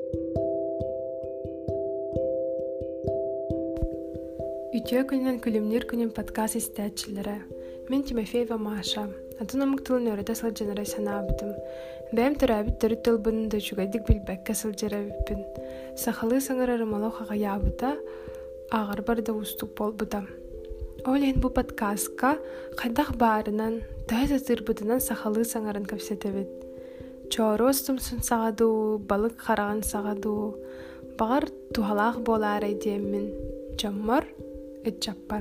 Үтіе күнінен күлімнер күнін подкаст істәтчілері. Мен Тимофеева Маша. Атынамық тылын өріде сылжанары санабытым. Бәйім түрәбіт түрі тылбының да жүгайдік білбәкке сылжарабіппін. Сақалы саңыр арымалау қағаябыта, ағыр барды ұстық болбыта. Олен бұл подкастқа қайдақ барынан, тәз азырбыдынан сақалы саңырын көпсетебет. Чору ұстымсын сағаду, балық қараған сағаду, бағар тухалақ болар әйдемін. Жаммар, этчаппар.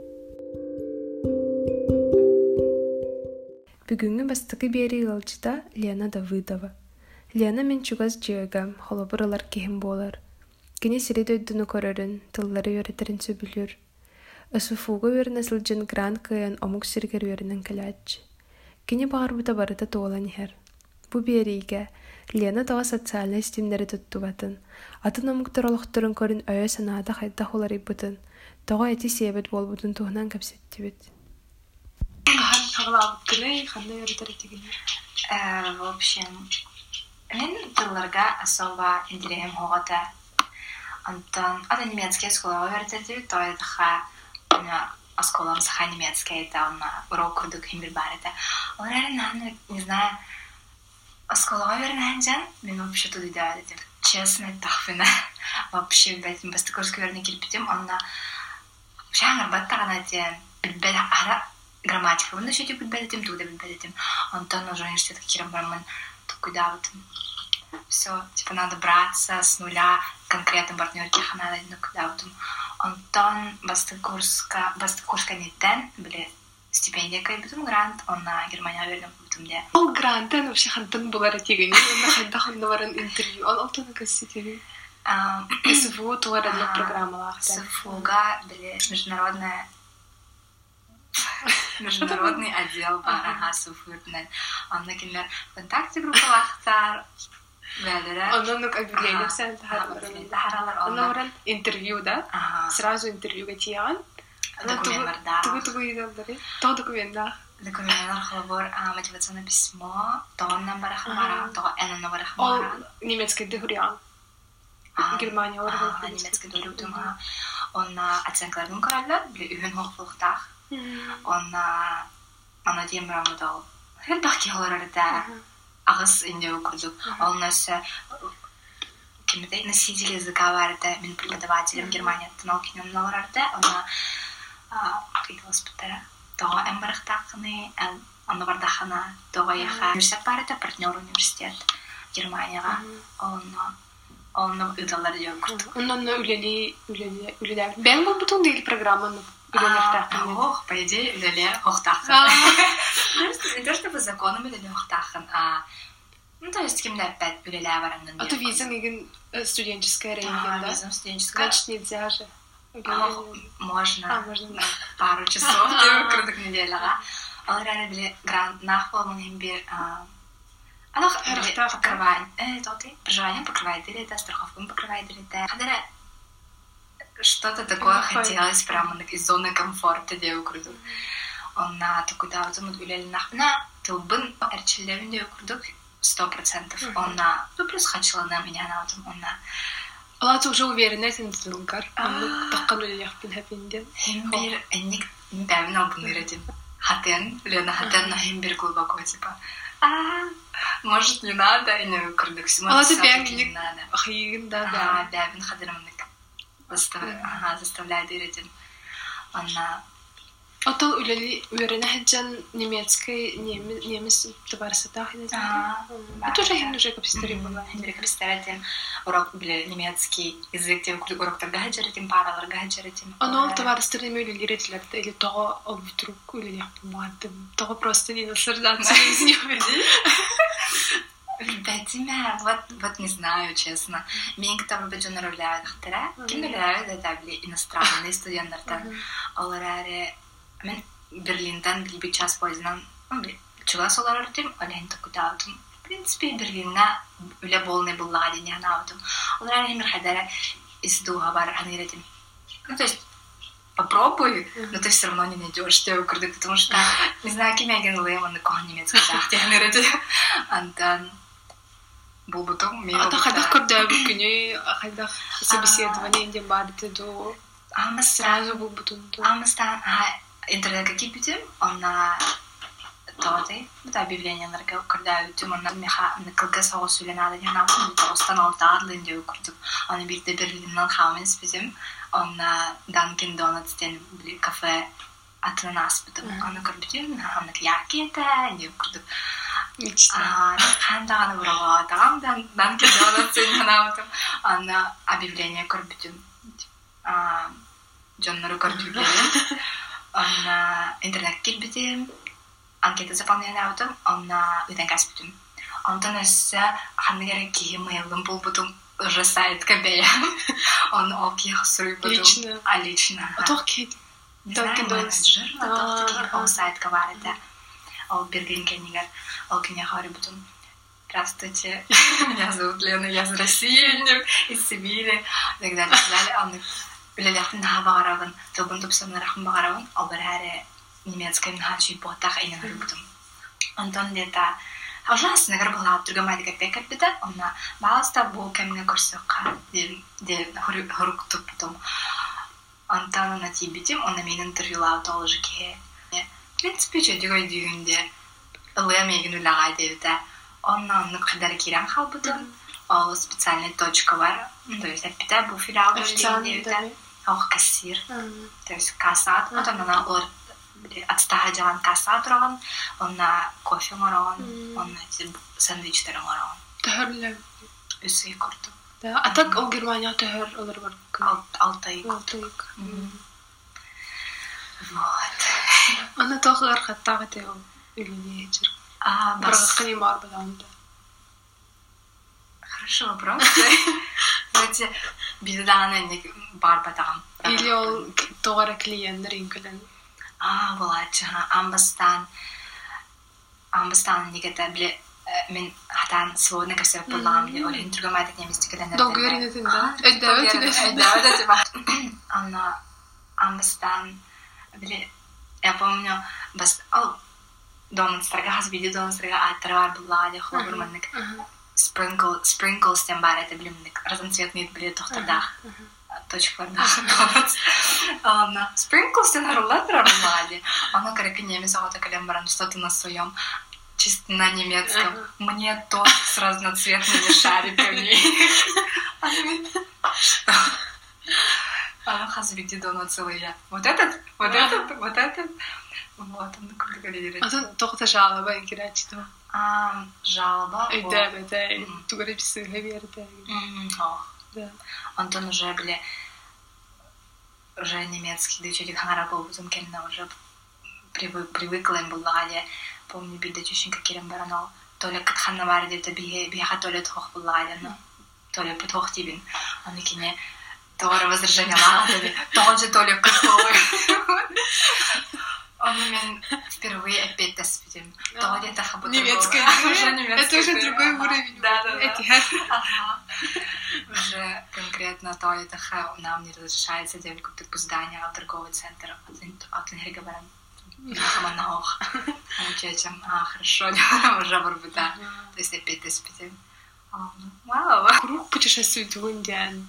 Бүгінгі бастықы бері ғалчыда Лена Давыдова. Лена мен чугаз жүйегім, холобырылар кехім болар. Кені сірет өйдіні көрерін, тыллары өретерін сөбілер. Асуфуға өрін асылжын гран күйен омық сіргер өрінін кіләтші. Кені бағар бұта барыта тоғылан хер. Бұ беріге Лена таға социальный стимдері тұтты батын. Атын омықтыр олықтырын көрін өйе санада қайда қолар ебітін. Таға әті себет бол бұтын туғынан көпсетті бет. Хан қағылабыттыны қандай өрітер етегіне? В общем, мен тылларға особо интерем хоғата. Антон, ада немецкий сколаға өрітерді бет, той дұға осколам саха немецкий, это он урок күрдік химбір бар еді. Олар әрі наны, не знаю, осколаға өрінәнжан, мен вообще туды да өдедім. Честно, тахфина. Вообще, блядь, бастыкорский өріне келіпетім, онна жаңыр баттағана ден, білбәді ара грамматика. Бұнда сөйте білбәдетім, туды білбәдетім. Антон уже университетке керем бармын, тұққыда бұтым. Все, типа, надо браться с нуля, конкретно партнерке надо, ну, куда бұтым. Антон бастыкорска неттен, біле, стипендия кайбытым грант, он на Германия вердім бұтым де. Ол грантын вообще хантын болар етегіне, онна қайда қонда барын интервью, ол алтыны көстетегі. СФУ туғарадылық программалар. СФУға, біле, международный отдел бар, СФУ-тінен. Онна кемер ВКонтакте группалақтар, бәдірі. Онна объявление сән тахаралар. Онна баран интервью, да? Сразу интервьюға тияған. Документарда. Тугы едалдары. Тоғы документар. Документтар холобор мотивационное письмо, тоғаннан барахамара, тоғы әнінна барахамара. Ол немецкийді хүриян. Германия орғын. Немецкий дөрүтүңа. Онна оценкаларын каралар, биле үйін хоқфылықтақ. Онна ана дейм барамыдал. Хелдақ кеғаларда ағыз инде өкірдік. Оннасы кемеде носитель языка барды, мен преподавателем Германияттан ал кенемналарда. Онна қидылыс біттері. Тоға әм барықтақыны, аны бардақына тоға еға университет барды, партнер университет Германияға. Онна ыдалар дей өкірдік. Онна үлелер. Бәң бұл бұтын дейл программаны үлелер Ох, по идее, үлелер хоқтақын. Не то, чтобы законом үлелер хоқтақын, ну, то есть, кемді әппәт үлелер баранын. А то виза меген студенческая рейнген, да? Виза студенческая. Значит, нельзя же. Можно. Пару часов дей өкірдік неделяға. Олар әрі біле грант нақпалының ембер проживание покрывает или это, страховку покрывает или это. Когда что-то такое хотелось прямо из зоны комфорта деу курдук. Он на такую-то вот замудрили на тылбын эрчилерин деу курдук 100%. Он на плюс хотела на меня на вот он на. Алла уже уверена, что не тылгар. Он таккану яхпин хапинде. Химбир энник бәвин албын вередим. Хатен, Лена хатен на химбир глубоко типа. Может, не надо, и не выкрудок. Алла ты бәвин хиин да да. Бәвин хадырымыннык. Заставляет вередим. Она... Отол үлели уверена хаджан немецкий, немец табарсатах. Это уже хим уже капистери была. Химбир капистеретим. Урок были немецкий язык, тем урок тогда хаджаретим, паралар хаджаретим. Оно табарстырны үлели ретилер, или того вдруг үлели хапмадым. Того просто не наслаждаться жизнью. Бәдиме, вот не знаю, честно. Мен кітабы бәджон рөләуі дақтыра. Кем рөләуі да дәбілі иностранный студенттардан. Олар әрі, мен Берлинден білбек час поездынан, чугас олар өрдім, олайын тұқыда аудым. В принципе, Берлинна үлі болны бұллаға денеғін аудым. Олар әрі мірхайдары издуға бар ғанередім. Ну, то есть, попробуй, но ты все равно не найдешь, что я украду, потому что, не знаю, кем я генлэм, он на кого немецкий дах, я не ради. Антон. Был бы том, Ата хадах көрдөбүт күнү хадах собеседование дем барды до сразу был бы тут. Амстан интернетке кипитим, она тоды, да объявленияларга көрдөбүтүм, аны меха кылга сого сүйлөнады, жана остан алтаарлын деп көрдүк. Аны бирде Берлинден хамens бизим, она Dunkin Donuts ден кафе атынас битим. Аны көрдүм, аны яки эте деп көрдүк. Хандаганы бурага тагамдан Dunkin Donuts жанабытым. Аны объявление көрдүм. Жоннору көрдүм. Аны интернетке кипитим. Анкета заполняем, он на каспитум. Он то нас ханнегер кимейлом был потом уже сайт кабея. Он окей срой потом. Лично. Лично. А то кит. Dunkin менеджер. Он сайт каварит. Он Берлин кенигер. Он кеня хари потом. Здравствуйте, меня зовут Лена, я из России, из Сибири. Так далее. Он билетах на багараван. Тобун топсам на рахм багараван. Алберхаре немецкая нахачи потах и не нарубдум. Антон где-то ужасно горбала другая как пекать бита, он на баласта был камня курсока, де хорук тут потом. Антон на тибитим, он на меня интервью тоже ке. В принципе, что делать дюнде? Лэми гну лагай девта. Он на кадар кирам халбутун. Ол специальная точка вар. То есть опять был филиал девта. Ох кассир. То есть кассат. Потом она отстагаджан касса турган, он на кофе марган, он на сэндвичтер марган. Тахырлы. Үсей курду. Да, а так ол Германия тахыр олар бар. Алтайык. Вот. Аны тахыр хаттагы тел үлүне жер. Бас. Кыни бар баланда. Хорошо вопрос. Знаете, бидаганы не бар батаган. Или ол тогара клиенттер инкелен. Волача, амбастан никогда бли мен хатан сводный ко всему плану, или он другая это не мистика. Долго говорит это, да? Да. Она амбастан бли, я помню, бас дом строга хазбиди дом строга атравар была, я хлопер манник sprinkles тем бар это блин разноцветные были тохтадах. Точка Донатс. Она Sprinkles на рулетера бумаги. Она как немец, а вот такая что-то на своем чисто на немецком. Мне то с разноцветными шариками. Она хазвиди Донатс целая. Вот этот. Вот, он как говорит. А тут только жалоба, играть что? Жалоба. Да. Ты говоришь, что верно. Да. Антон уже были уже немецкий, да еще диханара был, потом Кельна уже привыкла им была, я помню, беда чущенька Кирем Баранол, то ли как ханна варди, то биха то ли тох была, но то ли потох тибин, он не то ли возражение ладно, то ли какой. Он меня впервые опять доспитим. То ли это хабутово. Немецкая. Это уже другой уровень. Да. Уже конкретно то это нам не разрешается делать какое-то здание, торговый центр от Ленгерберен. Хаманахох. Чем, хорошо, уже барбута. То есть опять доспитим. Вау. Круг путешествует в Индиан.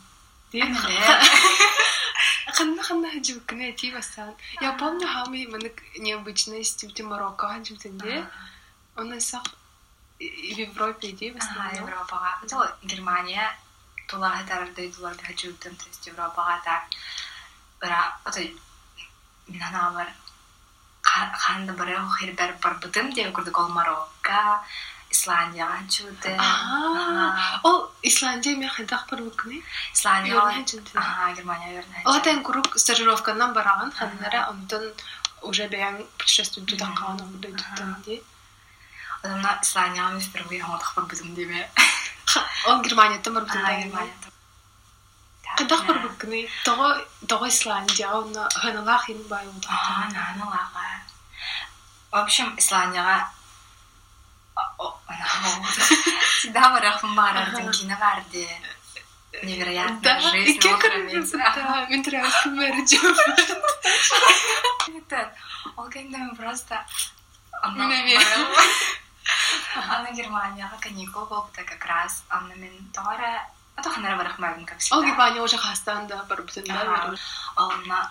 Ханна хаджукне тивасан. Я помню, хами манак необычность в Марокко хаджутенде. Он сах в Европе тивасан. Европа. Это Германия. Тула хатар дейдулар хаджутен, то есть Европа так. Бара, это минанавар. Ханда бара хирбер барбутем де курдук ол Марокко. Исландия хаджуте. Ол Исландия мен хадах барбукне. Исландия. Германия верно. Отен круг стажировканан бараган ханнара онтон уже бян путешествует туда кана дойдутенде. Она Исландия впервые хадах барбутем деме. Он Германия там барбутем. Германия. Хадах барбукне. Того Исландия он ханалах ин бай. Ханалах. В общем, Исландия всегда в Рахмара Аргентина варди невероятная жизнь. Да, мне нравится мерджу. Это, он когда просто Она Германияга каникул болбута как раз. Анна мен тора ата ханара барахмадым как всегда. Ол Германия уже хастанда барбытын да. Анна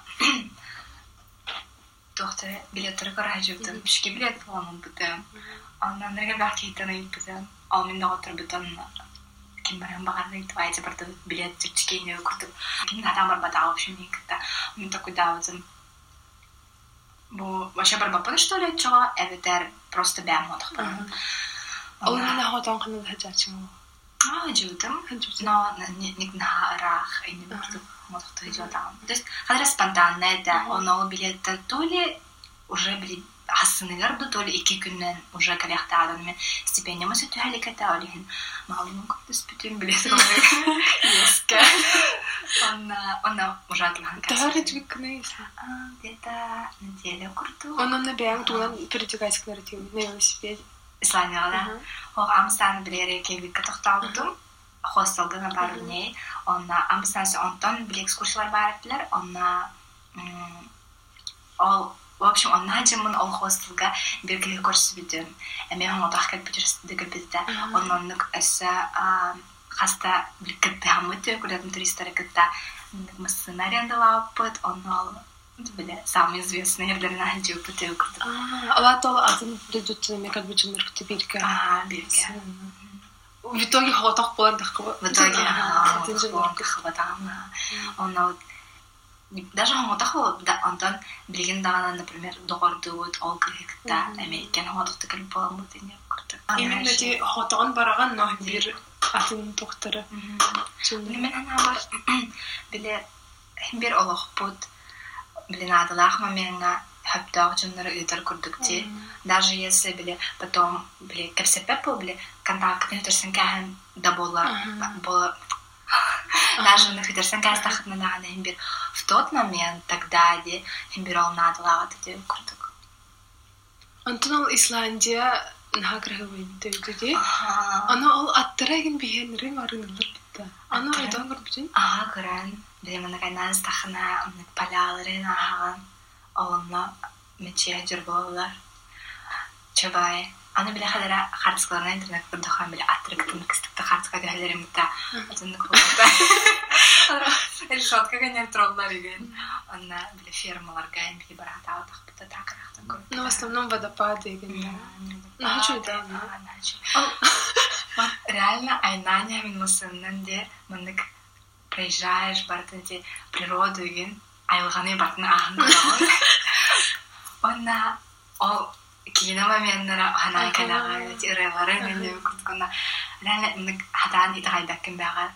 доктор билеттер каражыптым. Бишке билет болмун бутым. Анна нерге бахтыйтан айыппытым. Ал мен доктор бутан ким барам багарны твайцы барды билет чечкене куртуп. Ким адам барбата в общем никта. Мен такой давызым. Бу вообще барбапын что ли чага эветер просто бәм отыппын. Ол мен хатан кандай хажачым. Жутым. Но ник на рах и не куртуп мотохты жотам. То есть хадра спонтанно это он билетті то ли уже били хассыныгар ду то ли 2 күннен уже коллектадан мен стипендияма сөтү халиката олин малым куртус бүтүн билет еске она уже атлан Тары твикнейс. где-то неделя курту Он на бәң тулан перетекайск нарратив на велосипеде. Исландияда ол Амстан билере кебик токталдым хостелга бар не онна Амстан онтон бил экскурсиялар бар эдилер онна ол в общем онна жемин ол хостелга бирге көрсөтүм эме он отак бүтүрсүдүк бизде оннонук эсе хаста билкетте хамыты кулатын туристтер кытта мысына арендалаппыт оннол биле самый известный ерлерин алжып бүтүп курдук Алатол атын предуттун мен как бы жумур күтүп бирге. бирге В итоге хатак болар дакы. в итоге онно даже хатак да антон билген дагана например догордуут ол кырыкта американ хатакты кирип боламы деп курдук Именно те хатаган бараган но бир атын доктору. Мен ана бар биле бир олохпут биле надалах маменга хаптаг жоннора ыйтар курдук ти даже если биле потом биле кепсепепо биле контакт нөтерсен кахан да бола даже нөтерсен кахан тахтна нагана бир в тот момент тогда де бир ол надалага деп курдук Антон Исландия награгын dedi. Ana ol attırayın bihenri varınılır bitti. Ana aydan görüpsün. Кыран билемин кайнан стахна паляларын аган олонно мече журболар чабай аны биле хадара хартскаларна интернет бурдахан биле аттрактын кыстыкта хартска галерим та атынды кулда решетка генер троллар иген аны биле фермаларга биле барата атакта такрахтан көрүп Но в основном водопады иген. Начу да. Реально айнаня мен мусыннан де мындык приезжаешь бартынде природу иген айылганы бартын агын онна ол кийина моментнера хана калага тирелары менде курткана реально мындык хадан итайдаккын бага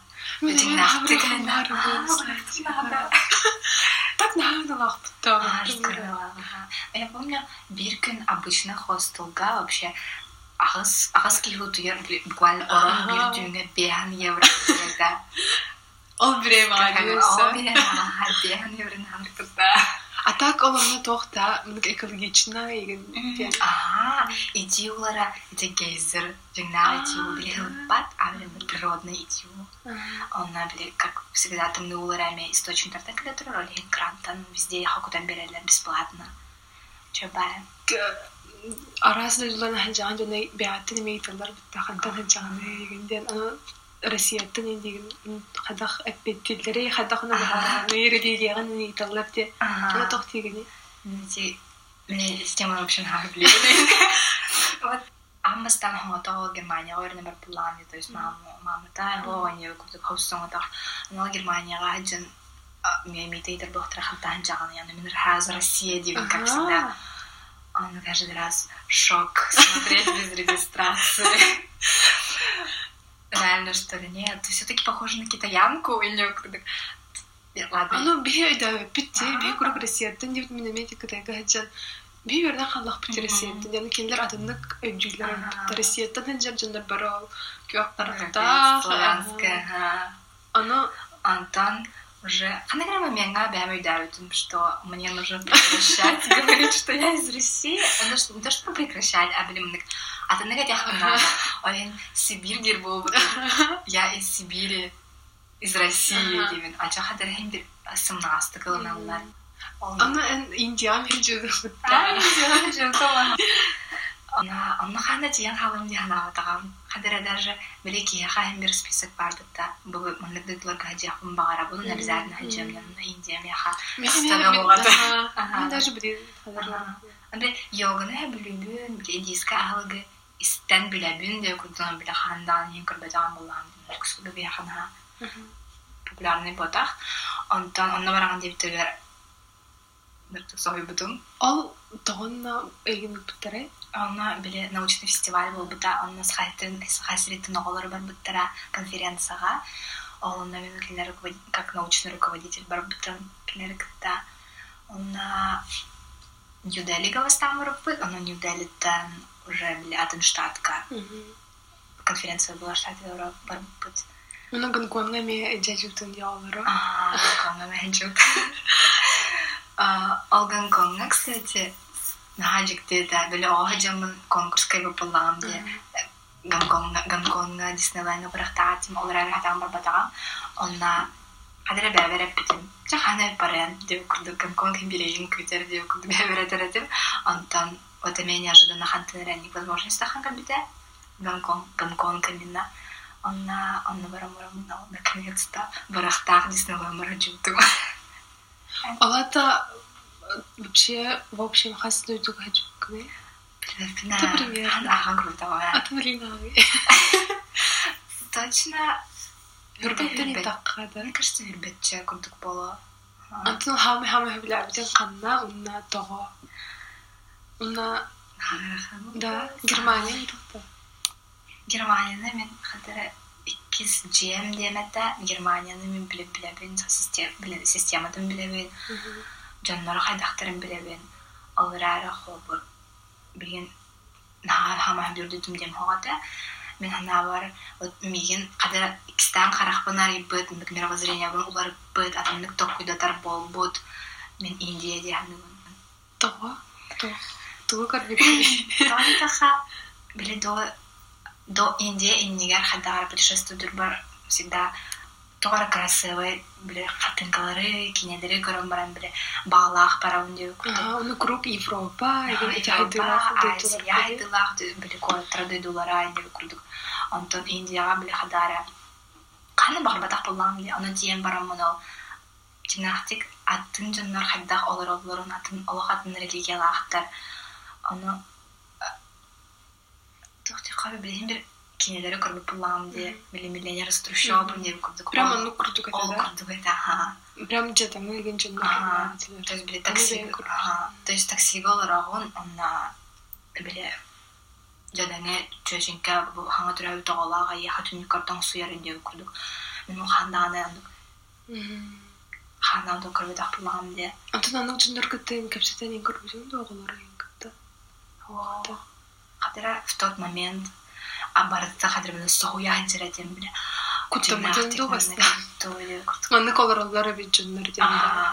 Так нагадалах бутта. Я помню, bir gün обычно хостелга вообще агас килотуяр буквально орон bir düğüne 5 евро да. Ол бире Ол бире 5 евро намрыкта. А так олонно тохта мындык экологично иген. Идиолара это гейзер, жигнал идиол биле бат, а природный идиол. Он набили, как всегда, там на уларами источников, так это ролик крантан везде хакутан берелер бесплатно. Чабая. Арасында жылан ханжан жана бяаттын мейтерлер бутта хантан ханжан дегенден аны Россияттын деген хадах эппеттилери хадахна бара нейрелияган мейтерлер де ана тохтигени. Мне система вообще нравится. Вот Амстан хото Германия ойрны бар планы, то есть мама та гонья курдук хаусыңда. Но Германияга хаджан мейтер доктор хантан жаган, яны мен хаз Россия деген как всегда. Он каждый раз шок смотреть без регистрации. Реально, что ли, нет? Ты все-таки похожа на китаянку или курдук? Ладно. Аны бейда питти, бей курдук Россияттан деп мен Америкада хаджан бейверден халлах питти Россияттан. Яны кендер адымнык өйдүлөр Россияттан хаджан жандар барал. Кёктарда. Славянская. Аны Антон уже... Ханагра моменга бямой давитым, что мне нужно прекращать. Говорит, что я из России. Не то, что прекращать, а блин, а ты нагадях надо. Он Сибирь гербовый. Я из Сибири, из России. А чё хадархим бир 17 кылыналар. Аны Индия мен жүрүп. Индия жүрүп. Онна хана тиян халым дияна атагам. Хадара даже великий хаим бир список бар бутта. Бу мандыклар гаджахым багара бу обязательно хаджам на Индия мяха. Мен даже билем хадарлар. Анде йоганы билүбүн, индийска алгы истен билебүн де куддан биле хандан ен кырбатан булган. Кусугы бияхана. Популярный ботах. Онна бараган диптер нэртэг сойбутум. Ал тогонна эгин биттере. Онна биле научный фестиваль был бута, онна схайсритин оголор бар буттара конференцияга. Онна мен келер как научный руководитель бар буттан келер кытта. Онна Нью-Делига вастамырып бут, онна Нью-Делиттен уже биле Атенштатка. Конференция была в штате бар бут. Онна Гонконга ме эджажутун диалары. Гонконга ме эджут. Гонконга, кстати, нахаджикте да биле охаджамын конкурска выпалам де Гонконга Диснейленд барахтатим олар хатам барбатага. Онна хадара бәбереп битим. Жахана парен деп курдук Гонконг билейин күтер деп курдук бәберетеретим. Антан вот меня неожиданно хантенерник возможность тахан бите. Гонконг именно. Онна барамурам наконец-то барахтах Диснейленд бараджуту. Алата вообще в общем хасду дугачукны. Например, точно. Вербеттен таккада. Мне кажется, вербетче курдук боло. Антон хами билабитен канна унна того. Унна да, Германия тукта. Германияны мен хадара иккис GM демете Германияны мен билебин системадан билебин. Жаннары хайдактарын билебин. Алырара хобур билген хама бирдүтүм дем хогата. Мен хана бар миген када икстан карахпанар ибет мировоззрение бар улар бет атымдык токуйдатар болбут. Мен Индия дияны. Того карбик. Таха биле до Индии иннигер хадара путешествует бар всегда товар красивый, биле хатынкалары, кинедери көрөн баран биле баглах баран деп. Ну круг Европа, эти хайдылах биле кораттар дыдулара деп курдук. Антон Индияга биле хадара. Каны багбатак булган биле аны диен баран моно. Чинахтик атын жаннар хайдах олоролорун атын олохатын религиялахтар. Аны тохти кабы билен бир кинелери көрүп булган ди миллионер струщоб деп курдук. Прямо ну курдук это, да? Курдук это, Прям где-то мы генженнар. То есть биле такси. То есть такси болорогун онна биле жадаңе чөшүнкө бу хаңа турабы тоголага яхатын картон суярын деп курдук. Мен хандаганы ханада көрүп таплагам ди. Антон анын жөндөр кеттен кепсетен көрүп да оголор кетти. Хадара в тот момент абарда хадара соуя ханжератем биле. Куттаматын дугас. Манны колорлары бит жөндөр деп.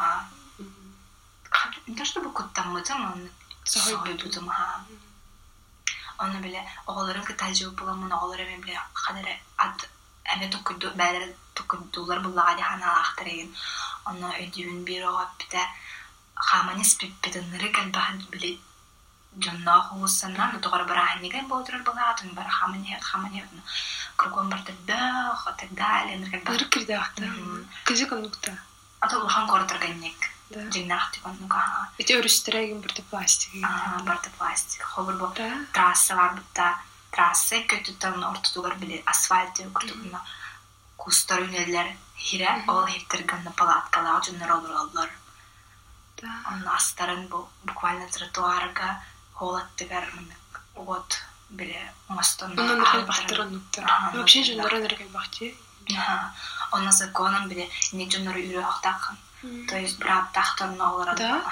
Не что бы куттаммытым, он соуя дудум ха. Оны биле оголорун кытажы буламын оголору биле хадара ат эме токуду бәлер токудулар буллага хана ахтырыгын. Оны өдүн бир огап бите хаманис пиппеденри калбахан биле Джонна хуссанна нутогар барахниген болдырар багатын бар хамане кругом бартып да так далее нерген бар кирдахта кыжы конукта ата улхан корторганник жиннахти конука эти өрүстөрөгүн бирде пластик барты пластик хобур бо трасса бар бутта трасса көтүтөн ортодугар биле асфальт өкүртүгүнө кустар үнелер хире ол хиттерген палаткалар жоннор олор он астарын буквально тротуарга холаттыгар вот биле мостон нерген бахтырынуктар вообще жоннор нерген бахти он законом биле не жоннор үрөктакын то есть брат тахтын олар да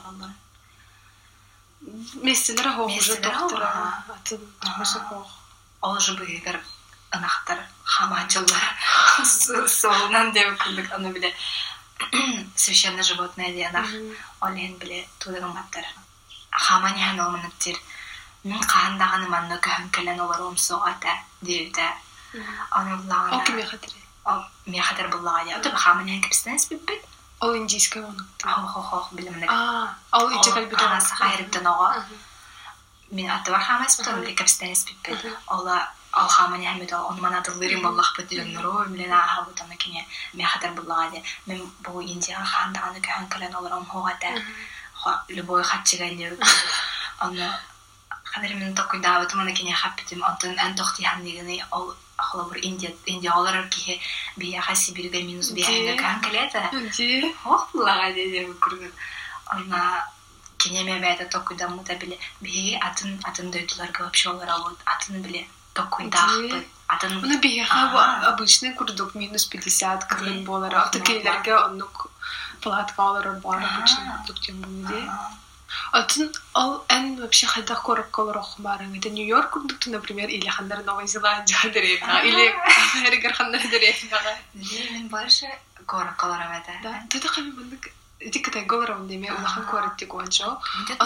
местелер хожу доктора атын мусакох ол же быгар анахтар хамачылар солнан деп кылдык аны биле священное животное дианах олен биле тудаган баттар хамани ханомунуттир мен кандаганы манна көһөнкелен олар омсоата диюта аныллагана оки мехатри мехатар буллага ята хамани кепстен спиппит ол индийская онуктар хох билемне ал ичекал битара сахайрыттан ого мен атыва хамас бутон били капстенис пиппе ола алхамани хамид он манатылырым боллах бутдынро милена хабутана кине мен хатар буллагаде мен бу индия хандаганы көн кален оларам хогата любой хатчиганер аны хадер мен токуйда бутмана кине хаппитим антын ан тохти ханнигени ол ахлабыр индиялар ки бия хаси бирге минус бия көн калета Ди. хох буллагаде деп күргөн ана кинеме бәдә токуйда мута биле би атын дөйтләргә вообще олар алып атын биле токуйда атын Ну бияха обычный курдук минус 50 кырын болар. Атыкейлерге онук платкалар бар обычный курдук тем буде. Атын ал эн вообще хайда корок колорох барың. Это Нью-Йорк курдук, например, или хандар Новая Зеландия деревна, или Америка хандар деревна. мен больше корок колорам это. Да, это хами бандык. Эти категории он деме улахан коротик ончо.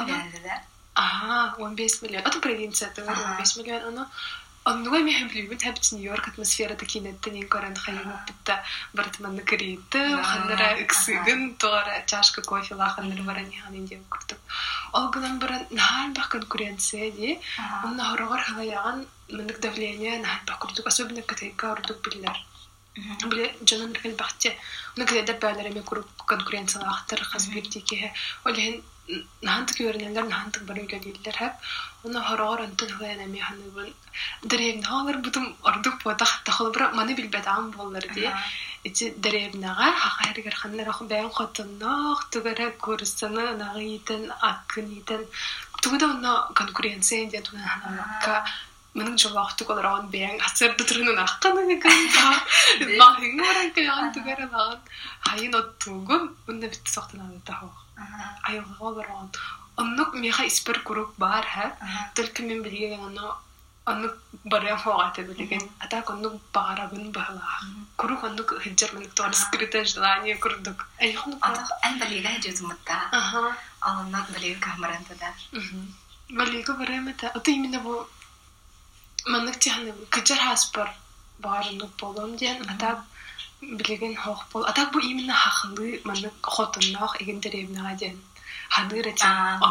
Ага, 15 миллион. Это провинция, это 15 миллион. Оно оннуга меһим билбит хәбит Нью-Йорк атмосфера такинеттен коран хайма битта бартманны кирите хандара иксыгын тора чашка кофе лахандар барани ханын деп курдук. Ол гынан баран нахал бак конкуренция ди. Онна хорогор халаяган мындык давление нахал бак курдук, особенно катайка курдук биллер. Биле жанан рекел бахте. Уна кеде бәләреме куруп конкуренция ахтар хасбирдике. Олен нахантык көрүнөлөр нахантык бар үйгө келдилер хеп. Уна хорогор антын халаяна механы бул деревнагар бутум ордук потах тахылбыр маны билбетам боллар ди. Эти деревнага хахайргер ханнар ах бәйн хотыннак тугара көрсөны нагыйтын аккынитын. Тугда уна конкуренция дия туна ханакка Менің жолақтық олараған бәң асырды тұрының аққаны кәнта. Бағың оран кәліған түгәрі лаған. Хайын оттуғым, үнді бітті соқтан ады тағы. Айылға олараған. Оннық меға іспір күрік бар, түлкі мен білген оннық барыям хоғаты білген. Атақ оннық бағарабын бағылақ. Күрік оннық хиджар менік туар скрыта желание күрдік. Атақ ән білген жөзі мұтта. Алыннақ білген камарантада. Білген барыям әті. Оты именно бұл Маннык тиханы кыжар хаспар баарынып болом ден атак билеген хох бол. Атак бу именно хахылы маннык хотыннак еген деревнага ден. Ханыр эти.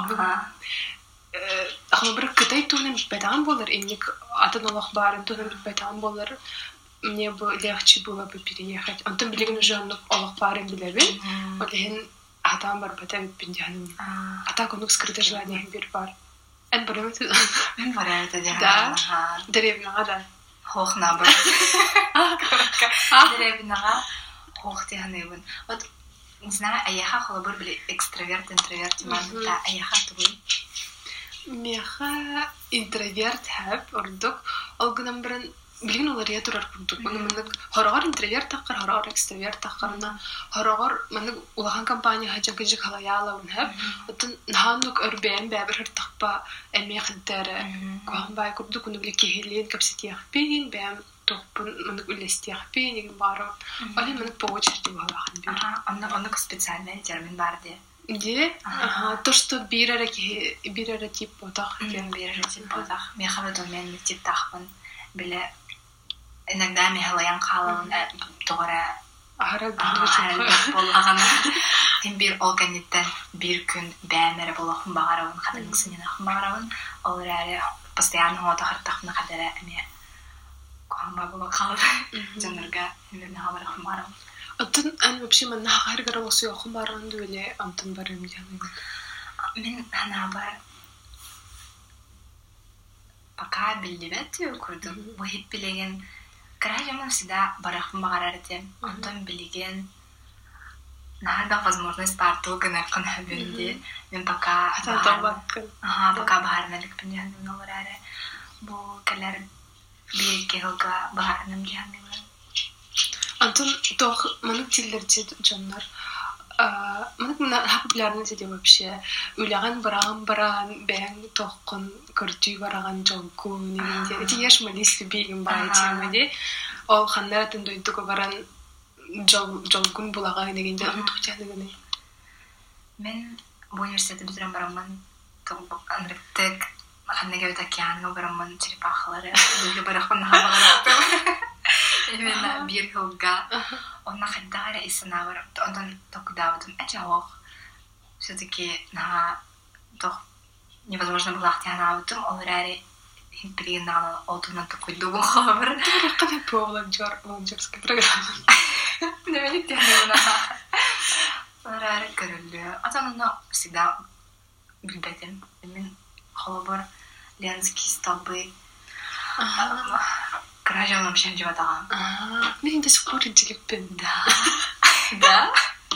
Ахлы бир кытай туны бетан болар, эник атын Аллах барын туны бетан болар. Мне бы легче было бы переехать. Антон билеген уже Аллах барын билебин. Олеген атам бар бетен пиндяным. Атак онук скрыто желание бир бар. En барымты. Мен барымты дия. Да. Деревнага да. Хох набыр. Деревнага хох тиганыбын. Вот не знаю, аяха холобыр биле экстраверт, интроверт манда аяха тугы. Меха интроверт хәп ордук. Алгынан бирен билген олар я турар курдук. Маны мындык хорогор интроверт таккар, хорогор экстраверт таккарына. Хорогор маны улахан компания хаҗа гыҗы халаяла ун хәп. Отын наханук өрбән бәбер такпа эме хинтәре. Куан бай курдук уны биле кехелен капситиях пин бәм топын маны үлестиях пин ген бары. Али маны по очереди балахан бир. Аны специальный термин бар ди. Где? Ага, то что бирара тип потах, бирара тип потах. Меха домен тип тахпын биле иногда мехалаян калын тогара ара боллаган тем бир органиттен бир күн бәмере болохун багарабын хадын синен ахын багарабын ол рәре постоянно ота хартахны кадара эме куанба бола калды жанырга эмне хабар ахын багарабын атын ан вообще мен нахар гаралысы ахын барган дөле антын барым дияны мен ана бар пока билбет курдум бу хип билеген Крайне всегда барахм магарарте, антон билеген. Надо возможность партуга на конхабенде. Мен пока пока баарналык пиньян ноларе. Бу калер биркелга баарнам дияны. Антон тох манук тиллерче жаннар. Манук популярны диде вообще. Улаган бараган бәң тохкын көртүй бараган жолку негенде. Эти яш малисли бигин байтемеде. Ол ханнатын дойдук баран жолкун булаган негенде тохчаныгыны. Мен бу университетте битирен барамын. Анрыктык ханнеге өтәкән барамын черепахалары. Бу барахын хабалар. Именно бир хылга. Онна хаддара исана бар. Ондан токдавдым. Ачаох. Все-таки на тох невозможно было ахтианаутым, олрари химпилигиналы олтунан тукуйду булхабыр. Это как по волонтерской программе. Неменик тянуна. Олрари көрүлү. Атанына всегда билбетим. Мен холобор ленский столбы. Кражалам шемжеватагам. Мен до сих пор интеллектуален. Да. Да?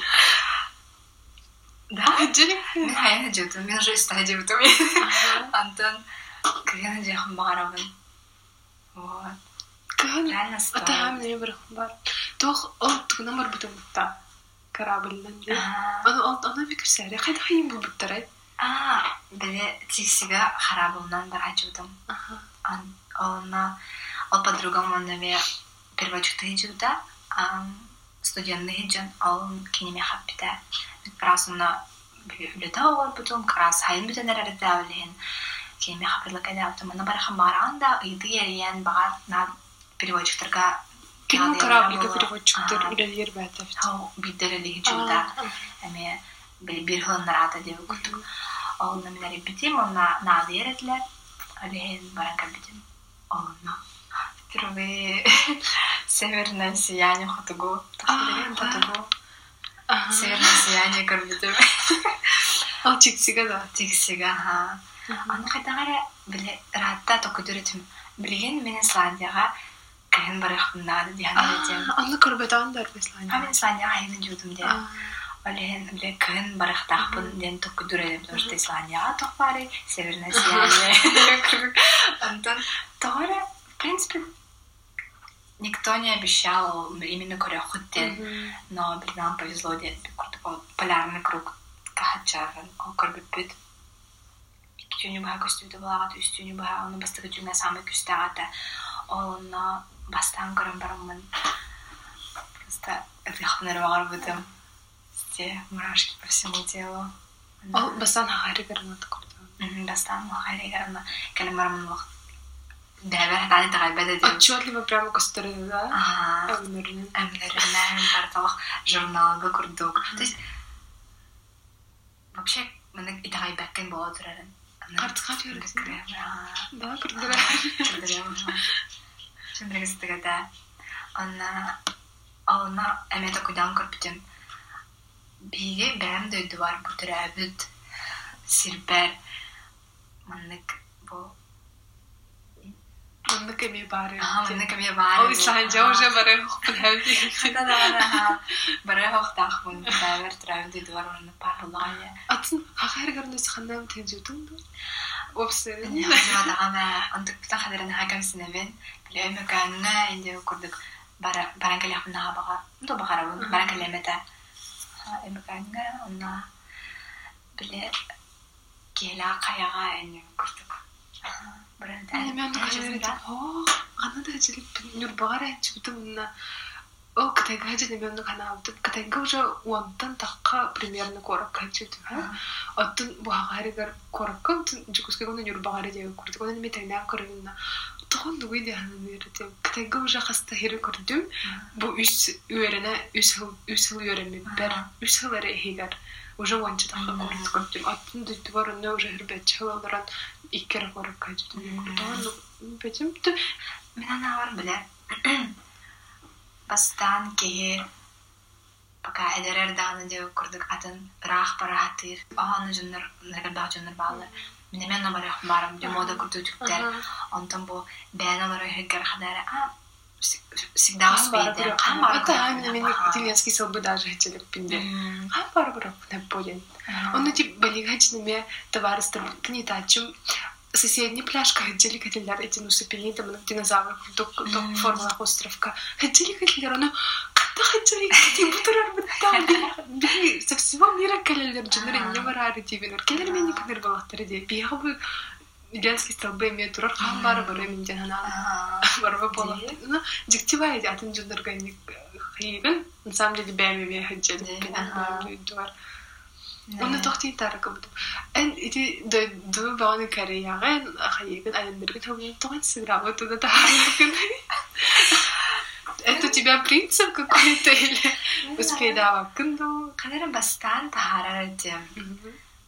Да? Интеллектуален. Мен хаяна жутум. Мен уже стадия утум. Антон кыгана жахым багарабын. Вот. Реально стоит. Атам не бір бар. Тох ол тугунан бар бутун бутта. Корабльнан де. Аны бекерсәре. Кайда хайым бу буттарай? Биле тиксига харабылынан бар жутум. Она подругам оннаме переводчикты жута. Студентный хиджан, он кинеме хаппита. Прасына летауар потом крас хайын бүтен әрәрәтәвелен. Кинеме хаппитлы кәдәптім. Аны барахам баранда ыйды ериян бағар на переводчиктарға. Кино кораблика переводчиктер үлелер бәтәфт. Хау биддерелі хиджута. Әме бір хылыннарата деп күттік. Ол наминары бітім, онна нады еретлер. Әлеген баранка бітім. Олна. Впервые северное сияние хотугу. Северное сияние көрбүтүм. Ал тиксига да. Тиксига, ха. Аны кайтагара биле ратта токудуретим. Билген мен Исландияга кыйын барыхтынады дияндетим. Аны көрбөтандар Исландия. Мен Исландияга хайын жудум де. Олен биле кыйын барыхтахпын ден токудуретим. Потому что Исландияга токпары северное сияние. Антон тогара, в принципе, никто не обещал именно Коряхуттен, но нам повезло, полярный круг Кахачаран, Корбипит. Тюню бага костюда была, то есть тюню бага, он бастага тюна самый кустата, он бастан гором бараман. Просто это я хвнервала в этом, все мурашки по всему телу. Бастан хагари гарна такой. Бастан хагари гарна, калим бараман вахт. Бәбәр тани тагайбәдә дип. Отчетливо прямо костырды, да? Әмнәреннән барталык журналга күрдек. То есть вообще менә итагайбәккән була торарын. Картка йөргән. Да, күрдем. Шундыгыстыгада. Ална әмәтә кудан күрптем. Биге бәм дөйдү бар бу төрәбүт. Сирбәр. Маннык бу Маннык эми бары. Маннык эми бары. Ол Исландия уже бары хопын хәлди. Да. Бары хохтах бун бәвер төрәбүт дуар орны парлагая. Атын хагар гарны саханнам тенҗүтүн. Опсерин. Я дагана антык битен хәдерен хакам синевен. Биле меканна инде күрдек. Баранкалях бунага бага. До багарабын. Баранкалемета. Меканга онна биле кела каяга инде күрдек. Мен кажется, аны да жилип нурбагара чүтүмна. О, кытайга жана мен гана алып, кытайга уже онтан такка примерно корак качыты, ха. Оттун багарыгар кораккам жукуске гона нурбагара деп көрдүк. Оны мен тайнан көрүнүна. Тогон дугуй да аны берди. Кытайга уже хаста хери көрдүм. Бу үс үйрөнө үс үйрөнмө бер. Үс хылары хигер. Уже онча такка көрдүм. Аттын дүйдүбарына уже хербет чалаларан иккер корак качыты. Тогон бетим мен ана бар биле. Бастан кehir пока эдерер даны деп көрдүк атын рах баратыр. Аны жоннор нагада жоннор баалар. Мен номер барам де мода күтүктөр. Антон бу бәналар хегер хадара. Всегда успеет. Это мен итальянский сылбы даже хотели пинде. Барбара не понял. Он эти балигачными товарищами книтачим соседний пляж, ходили котелер, эти нусыпени, там динозавры, до форма островка. Ходили котелер, ну, когда ходили, какие бутеры там, били, со всего мира котелер, дженеры не варары дивинер, котелер меня никогда было второй бегал бы, итальянский столбы имеют турар, хам барбара имеет динана, барбара пола. Ну, диктивая, а ты дженер гайник хиган, на самом деле бэми ходили, пинан дуар. Оны тохтин таракы бутуп. Эн ити ду баны Кореяга хайгын алендерге тогын тогын сыграл туда таракын. Это у тебя принцип какой-то или успедава кынду? Канера бастан тахарарым.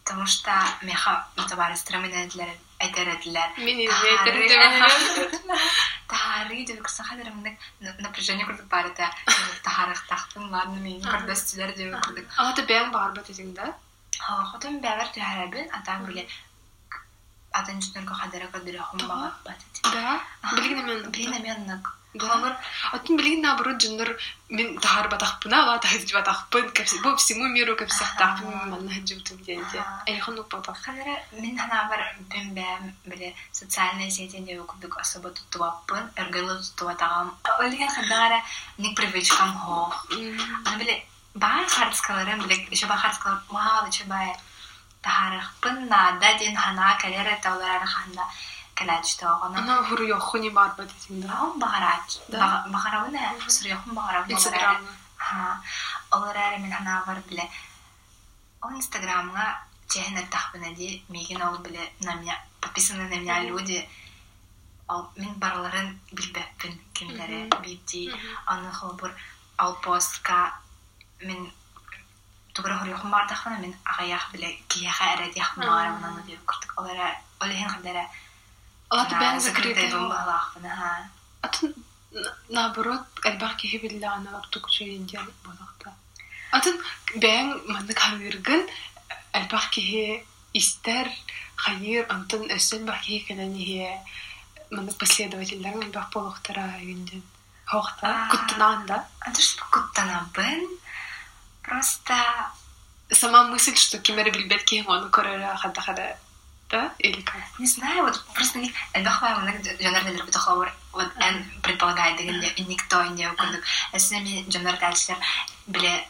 потому что меха мутабарыстырам инедлер айтередлер. Мен измейтердем. Тахары деп кырсахадырымдык напряжение курдук бар это. Тахарых тахтын ладно мен кырдастылар деп курдук. Ата бәң бар батың да? Хотым бәвер тәһәрәбен ата биле атын жүнөргө хадара кадыра хумбага батыт. Да. Билгин мен Хамар атын билгин наоборот жындар мен тахар батахпына ала тахиж батахпын кепси бу всему миру кепси тахпын манна жутум денде. Айхан упапа. Хадара мен ханабар бем биле социальные сети не окудук особо туттуаппын, эргело туттуатагам. Олеген хадара ник привычкам хо. Аны биле бай хардскаларым биле еще бай хардскалар мал еще бай тахарахпын нада ден хана калера таулар ханда калачтагана. Ана хуру хуни бар батың да. Багарат. Багаравна сурьяхым багаравна. Инстаграм. Олар мен ханабар биле Инстаграмга чехнер тахпына ди меген ол биле на меня подписаны на меня люди. Мен барларын билбеппин кимдери бипти аны хобур ал постка мен тугра хорьяхым бар тахпына мен агаях биле кияха эредияхым багаравна дип курдук. Олар олеген хадара Ат бәң закрытый баглахпына. Атын наоборот албах ки хибилла ана артук чейинде балакта. Атын бәң манны харгыргын албах ки истер хайыр антын өсөл бах ки кенени хе манны последовательләрен албах полохтара генден. Хохта куттананда. Антыш куттанабын. Просто сама мысль, что кемер билбет ки он корера хада да или как? Не знаю, вот просто ник элбахва мына жанрдалар бутахлар вот эн предполагает дегенде никто не укудук. Эсми жанрдалар биле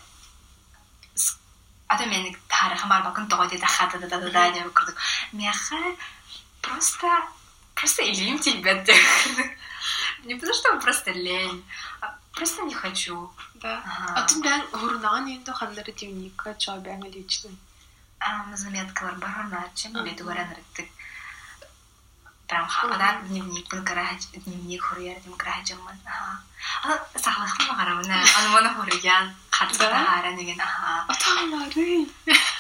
адамен тарихы бар бакын тогоди да хата да деп укудук. Меха просто лень тебя. Не потому что просто лень, а просто не хочу. Да. А ты бян хурнан инде ханлары дневника чабян личный. Заметкалар бар наче билет горан рыттык. Прям хакада дневник дневник хурьер дем крахажман. Ана сахлахтын багаравна. Аны моны хурьян хатта хара деген. Аталары.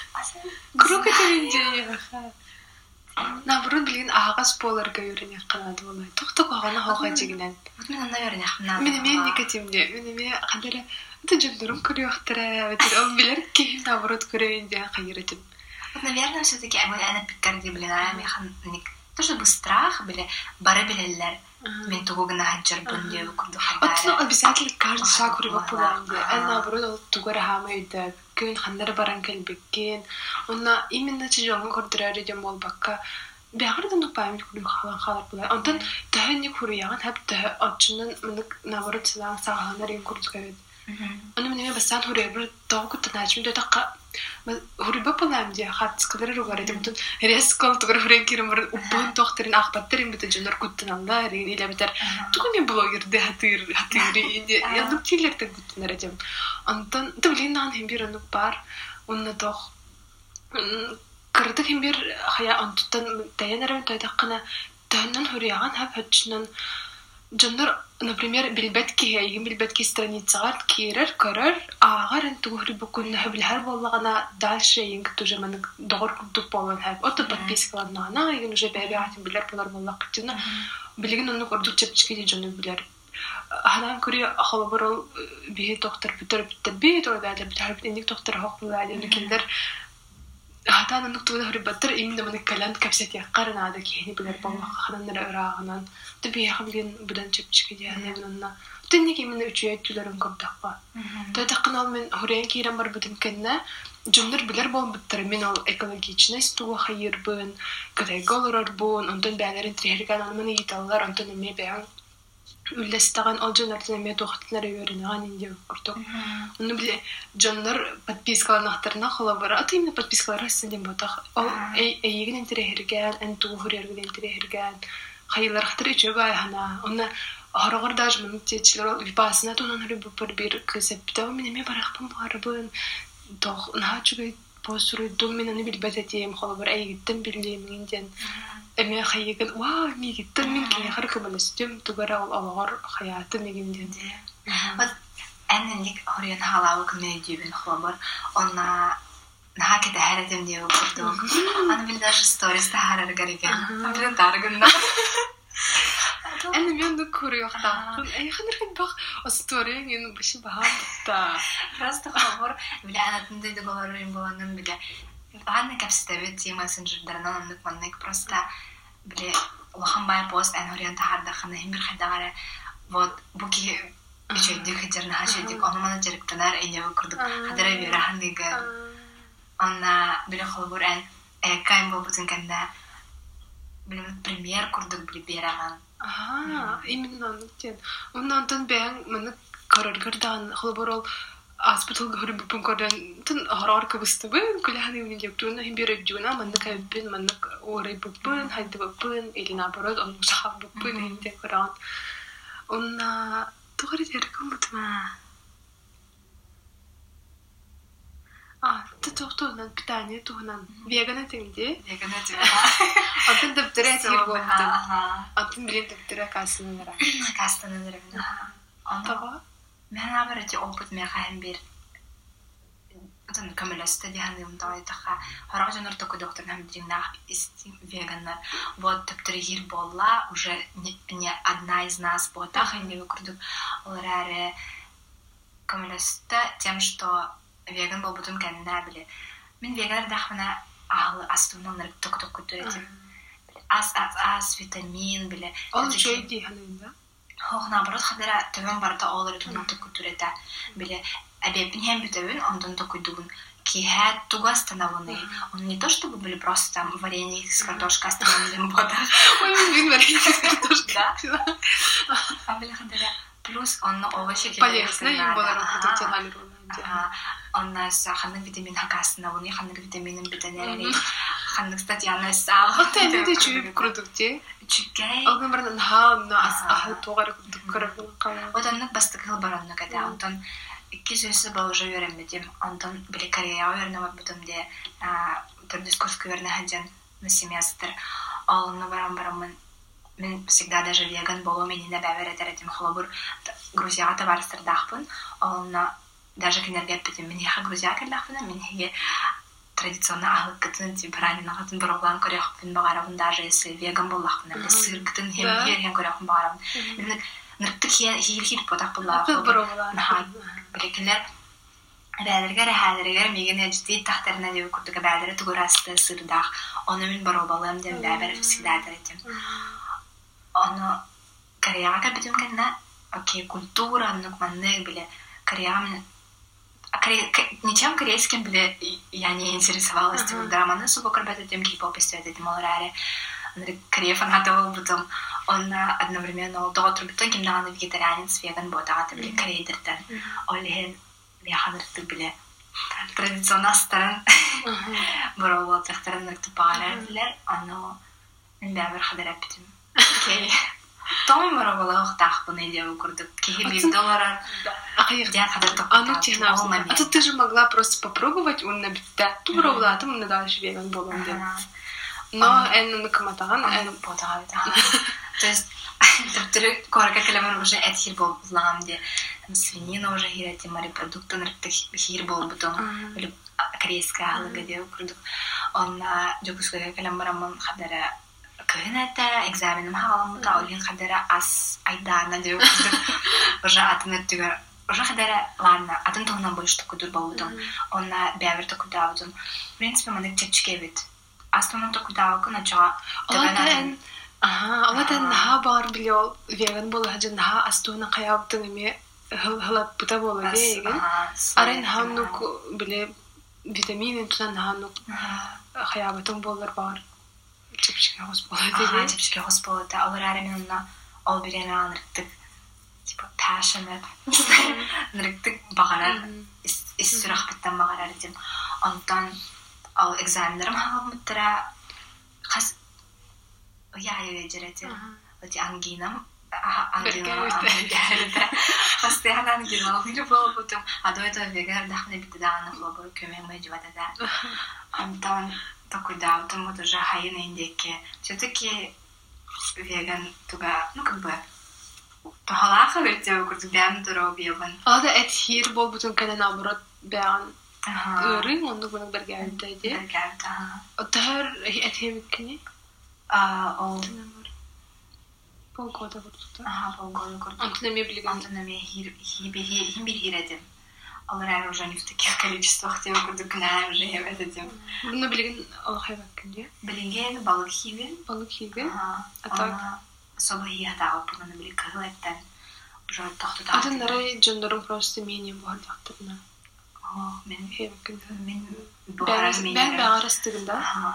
Крокетинде. Наоборот билген агас поларга үйренек калады болай. Токток агана хага жигинен. Мен анда үйренек мына. Мен никотимде. Мен кадары это жолдорум көрөктөрө. Өтөр билер ки наоборот көрөйүнде кайрытып. Вот, наверное, все-таки она пикарди билена, механик. То, чтобы страх были, бары билелер. Мен тугугна хаджарбын деп курду хабар. Ну, обязательно каждый шаг урба пуланды. Наоборот, тугара хамайда. Күн хандар баран келбеккен. Онна именно чижоңга кордурары дем бол бакка. Бягырдан упаймын күрү халар булай. Онтан тәһәнни күрүяган һәп тәһә атчынын мынык наоборот сылаң сагаланар ин күрдүгәбет. Аны менә басан хуры бер тагы күтәнәчим дә такка. Хуры бапалам дия хат скалары ругары дем тун рескол тугар хурен кирем бер упун тохтырын ахбаттырын бит жөнөр күттәнәләр илә битәр. Тугын блогер дә хатыр инде. Янып тиләрдә күттәнәр дем. Антан тәблиннан һәм бер анук бар. Онны тох кырдык һәм бер хая антуттан тәянәрен тайдаккына тәннән хурыяган һәм хатчынын жоннор, например, билбетки страницагар кирер, көрөр, агарын тугури букун хәбләр боллагана дальше инг тоже мен догор курдук болгон һәм ото подпискаларына ин уже бәбәтин билер булар боллак китне. Билген аны курдук чепчики жонны билер. Ханан күри халбар бие доктор битер бит орда да битер инник доктор хак булады легендер. Хатан аны тугури хәбәттер именно мен калант капсет яккарына да кини билер боллак хананнар ырагынан. Таби хамген будан чепчики дияне бунна. Тенник именно үчөйтлөрүн көрдүкпа. Тадакнал мен хорен кирен бар бутун кенне. Жондар билер бол буттар мен ал экологичность туга хайырбын, категорилар бун, онтон бәләрен триган анманы италлар, онтон эме бәян. Үллестаган ал жоннардан эме тохтлар үйренген инде көрдүк. Уну биле жондар подпискаларнактарына халабар. Аты именно подпискалар сенден ботак. Ал эйген интерегерген, эн туга хорерген интерегерген. Хайылар хатыр үчөбай хана. Онна харагар даже мен течилер випасына тонан рыбы бир кызыпта менеме баракпын барбын. Тох начугай посуру домина не билбететем халабар эйгиттен билеминден. Эме хайыгын ва мигиттен мен кене харкыбалыстым тугара алгар хаяты мегинден. Вот энник хорен халавык медибин халабар. Онна наха китаһаратым диэбэ курдук. Аны били даже сторис тахарар гарыган. Били даргынна. Эми мен да көрүяктаа. Айханыр бак астория мен баши баһа. Просто хабар били анатынды да говорим боланын били. Ладно, капстевит и мессенджердарынан оннук маннык просто били улаханбай пост эн ориента хардахана химбир хайдагара вот буки бичөйдүк хажарна хажэдик онумана жарыктанар эйнебе курдук хадара бирахан дига онна били холбур эн кайм болбутун канда били премьер курдук били бераган именно онтен оннан бен маны караргардан холбур ол Hospital görüp bu kadar tın harika bıstı kule hani bir yaptığında hem bir cuna manlık yapın manlık orayı bıpın hadi bıpın elina parod onu sahab bıpın hindi kuran onna doğru derken mutma tutuğundan bir tane tuğunan vegan temdi atın döptere etkili oldu atın bilen döptere kaslanır anta мен абарати опыт мехаем бир тон камеласта диханым тайдаха харак жанр такой доктор нам дринах веганнар вот тептерир болла уже не одна из нас ботах и не выкурдук оларе камеласта тем что веган был бутун канна били мен веган дахмана алы астунонар ток кутуретим ас витамин били ол чөй диханында Хох наоборот хадара төмөн барда олары тунан тукутурета биле абепин хем битөвүн ондан тукуйдугун киһэ туга станованы он не то чтобы были просто там варенье с картошкой остановленным вода ой мен варенье с картошкой а биле хадара плюс он овощи полезно им болар продукты халиру он нас ханны витамин хакасна он ханны витаминин битенери ханны статьяна саа вот это чуй продукты чукай алган бардан хаамна ах тугар дуккарып калган вот он бастык баранна када онтон икки сөзсү ба уже öğrenmedim онтон биле Корея öğrenmek бутум де дискурс көрнө хаджан на семестр алны барам мен всегда даже веган боло менин да баверетер этим хлобур Грузияга да барсырдахпын ална даже кенерге битим мен я Грузияга келдахпын мен хе традиционно ахлык кытын правильно хатын бороглан көрөкпүн багарабын даже если веган боллахпын эле сыр кытын хем көрөкпүн багарабын мен ныртык хил потак булла билеклер бәдергә меген әҗди тахтарына дип күрдек бәдер туграсты сырдах аны мен барабалам дем бәбер всегда дәрәтем аны Кореяга битем кенә окей культура нукманны биле Корея ничем корейским биле я не интересовалась тем драманы субо карбата тем кей-поп истәдем олары Корея фанатовал бутым он одновременно ол доктор бутын кимдаганы вегетарианец веган ботага биле Корейдерден оле яхадырты биле традиционный астарын боролот тахтарын тупара биле аны мен бәбер хадара битим окей Том боролот тахпыны дип күрдек $100 ахырдан хадыр топ аны чина а тут ты же могла просто попробовать он на битта ту боролот мы дальше веган болом деп но эн каматаган эн ботага то есть Тептере корка келемер уже этхир боллам де свинина уже хирати морепродукты ныртык хир бол бутон или корейская халыга де курдук он жокускага келемерамын хадара кыната экзаменим халамы та олин хадара ас айдана де курдук уже атыны түгөр уже хадара ладно атын тогнан болушту кудур болдум он бәвер токудавдым в принципе маны чечкебит астонун токудавкы начала таган Алладан наха бар биле веган болу хаджан наха астуна каяптын эме халат бута болу веган арен ханнук биле витаминин тунан ханнук хаябытын болар бар чепчике хос болу деди чепчике хос болу да алар аременна ал бирене анырттык типа passionate нырттык багарар иссурах биттан багарар дим антан ал экзаменерим хабыттыра хас я вечерете вот ангинам постоянно ангина не было потом а до этого веган дахне битдана хлобор көмөк мэжвата да антон такой да потом вот уже хайна индеке всё-таки веган туга ну как бы тохалаха ведь курдуган дробьеван ада эт хир бол бутун канан наоборот бян Рын онну bunu bergäwdi. Bergäwdi. Otahar etebikni. Ол Полгода вурдукта. Полгода курдук. Антына ме билген. Антына ме хим бир хиредим. Алар уже не в таких количествах тем курдук на уже хебедим. Bunu bilgen алхайбакни. Билген балык хибин. Balık hibi. Ата собой тагы bunu билек кылаттан. Уже тахты. Атыннары жондарым просто менее бардактырна. Мен хебакни. Мен Ben bağırastığında.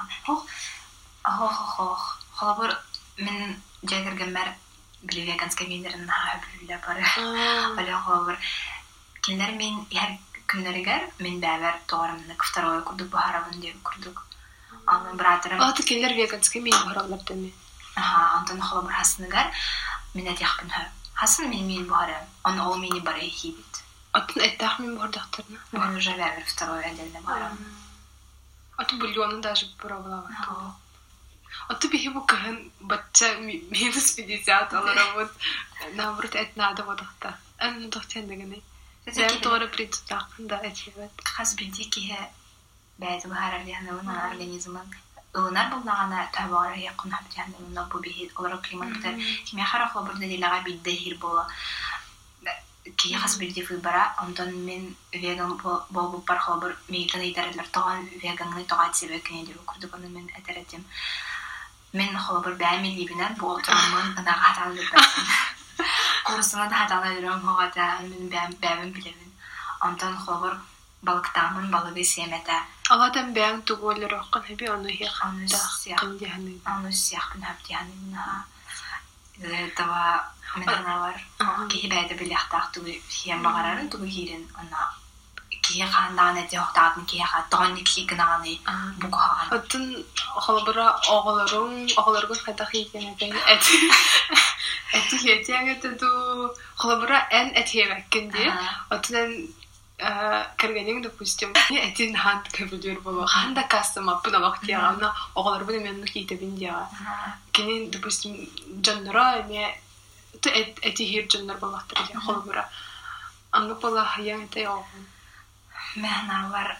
Халабыр мен жайгыргенмер веганский менерин хабиле бары. Але халабыр киндер мен яр күннәргәр мен бәбәр тоғырымны второй курдук бахарабын деп курдук. Аны братырым. Аты киндер веганский мен бахаралардан мен. Антон халабыр хасыныгар мен әтяхпын ха. Хасын мен бахарам. Аны ол мени бары хибит. Атын әттәх мен бардактырна. Мен уже бәбәр второй отдельно бахарам. Аты бульоны даже пробовала. Аты бихи бу кыһын бачча -50 аларабыт. Наоборот эт надо водакта. Ан тохтен дегене. Зәм тоғры принциптақында әтебет. Хас бинти киһе бәйт бахарар дияны на организмын. Улар булнагана табары якын хабдияны на бу бихи олар климаттар. Кимия харахла бу дилага биддехир бола. Кие хас бинти выбора, ондан мен веган болу пархабыр мейтен идаралар таган веганны тагат себекне дип курдук аны мен әтерәтем. Мен халабыр бәймин дибинен бу отурмын ана хаталып бәймин. Курсына да хаталай дөрөм хагата мен бәймин билебин. Антан халабыр балыктамын балыгы семете. Аладан бәң тугойлар аккан хәби аны хәкәндә кындяны. Аны сяхын хәбдияны на. Этого менавар. Кие бәйдә биләхтак тугы хем багарарын тугы хирен ана. Кие хандан әтәхтатын кие хатан ки гнаны бу каган. Атын халабыра агаларга хәтта хикәне бәйн әти хәтәгә ту халабыра эн әтәбәккенде. Атын кергенең допустим. Әтин ханд кабелер була. Ханда кастым апына вакытя ана агалар белән мен китә биндия. Кинен допустим жаннара ме әти хир жаннар булактыр ди халабыра. Аны була хаян әтә ягын. Мәнавар.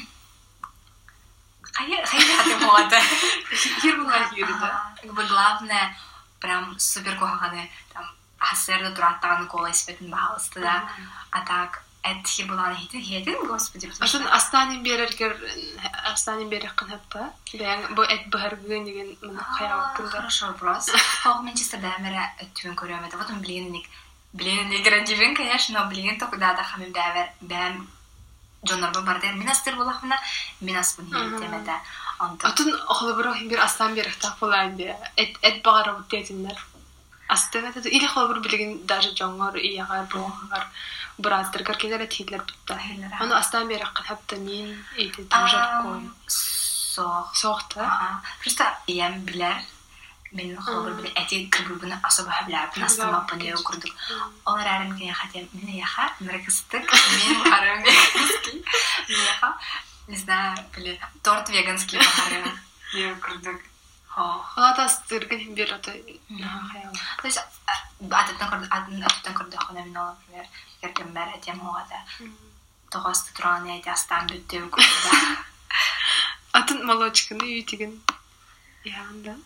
Хәйр хәтем булды. Хир булган йөрде. Главное прям супер коханы там хасерда тураттаган кола испетин баалысты да. А так эти буланы хитин господи. Ашын астанин берергер астанин береккан хәтта. Бәң бу эт бәһәргән дигән моны хаял кылды. Хорошо вопрос. Хог Манчестерда мәре өтүн көрәм это. Вот он блинник градивен, конечно, блин только да хамим бәвер бәм Джоннарба бардер минастер булахна минас бун темеда. Атын халыбыра бир астан беректак буланды. Эт багара үтетиннәр. Астана да или халыбыр билеген даже жоңгор иягар болгар братыргар келер тидлер бутта. Аны астан береккан хәтта мин эти тоже кой. Сохта. Просто ям билер мен халыбыр биле эти кырбыны асаба хаблап настама пане курдук. Алар арымга хатем мен яха мракыстык мен барам веганский. Яха не знаю, биле торт веганский барам. Я курдук. Алатас тыргын бирата. То есть ататтан курдук хана мен алып бер. Керкем бар этем хогада. Тогасты тураны айта астан бүттү курдук. Атын молочканы үйтеген. Янда.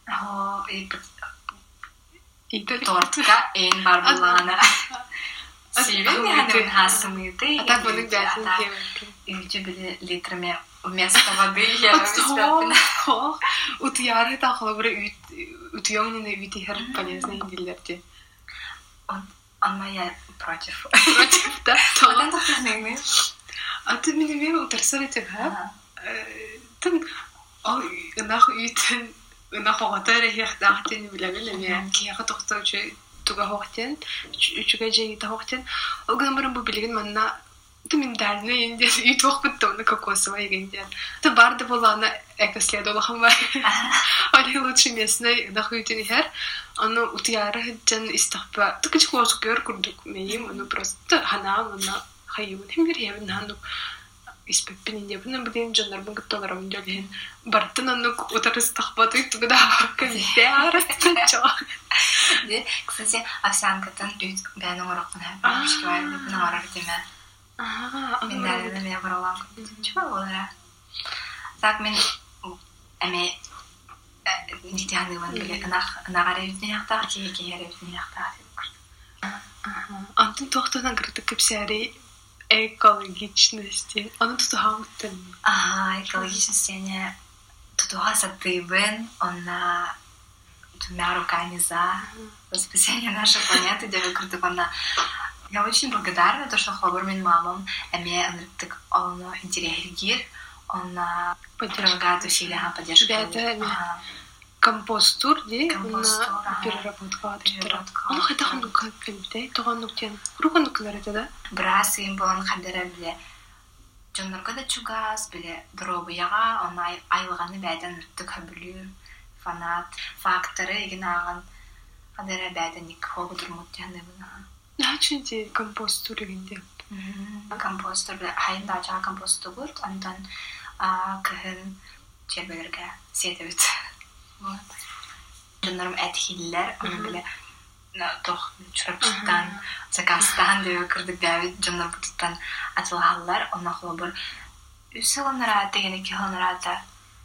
И тортка эн бар булганы. Севен яны хасымыды. А так буны бәсен кем. Үчү биле литрме вместо воды я спятна. Утыяры да халыбыры утыёңнене үйтер полезный дилерди. Анма я против. Против, да? Тодан тохтаныңны. Аты менеме утырсар этеп, ха? Тын нах үйтен нахогатар яхтахтен билебелем я. Кияга тохтоочу туга хохтен, үчүгө жеги тохтен. Оган бирин бу билген манна тымин дарны инде үт вакытта кокосовый генден. Ты барды булана экоследовалхам бар. Али лучше местный нахуйтен хер. Аны утыяры жан истахпа. Ты кичко оскер курдук. Меним аны просто хана мына хайын. Хемир явын хану испеппин инде бунун билген жандар бун кытталарым жолен. Бартын аны утарыс тахпаты тугда кенде арастыча. Кстати, овсянкатын үт бәнің орақын әппішкі бәнің орақ деме. Мен дәрі мен баралам. Чего олара? Так мен әме нихтианыван биле нагары үтнеяктар кеге үтнеяктар. Антон тохтона гырды кепсәри экологичности. Аны тутахамыттын. Экологичности тутуха сатыбын, она двумя руками за спасение нашей планеты, где вы круто она. Я очень благодарна, то, что хлопер min мамам, мне так он интересен, он поддерживает усилия, поддерживает. Компостур, ди, переработка. Он хотя бы как кемте, то он нуктен. Рука нуклер это да? Брас им был хадера биле. Жоннорго да чугас биле дробу яга, он айлыганы бәдән үттүк хабилү, фанат, факторы игнаган хадера бәдән ник холгу турмут яны буна. Начинте компостур гинде. Компостур биле хайында ача компостур бут, андан кыһын чебелерге сетебит. Вот. Жоннорум әтхилләр, аны биле тох чурапчыктан заказдан деп кырдык дәвит жоннор бутуттан атылгалар, онна хлобур үсөгөнара дегене килонарата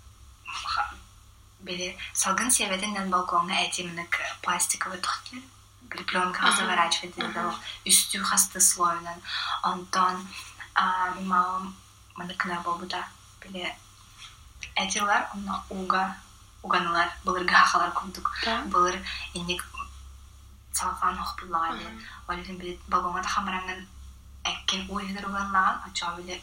биле салгын себеден балконга этимник пластиковый тохтер пленка заворачивать дело үстү хасты слоюнан онтон мамам маныкна болбуда биле этилар онна уганылар былырга халар курдук былыр инник салфан хоппуллагали олин биле балконга хамаранган эккен уйдыр уганлаган ача биле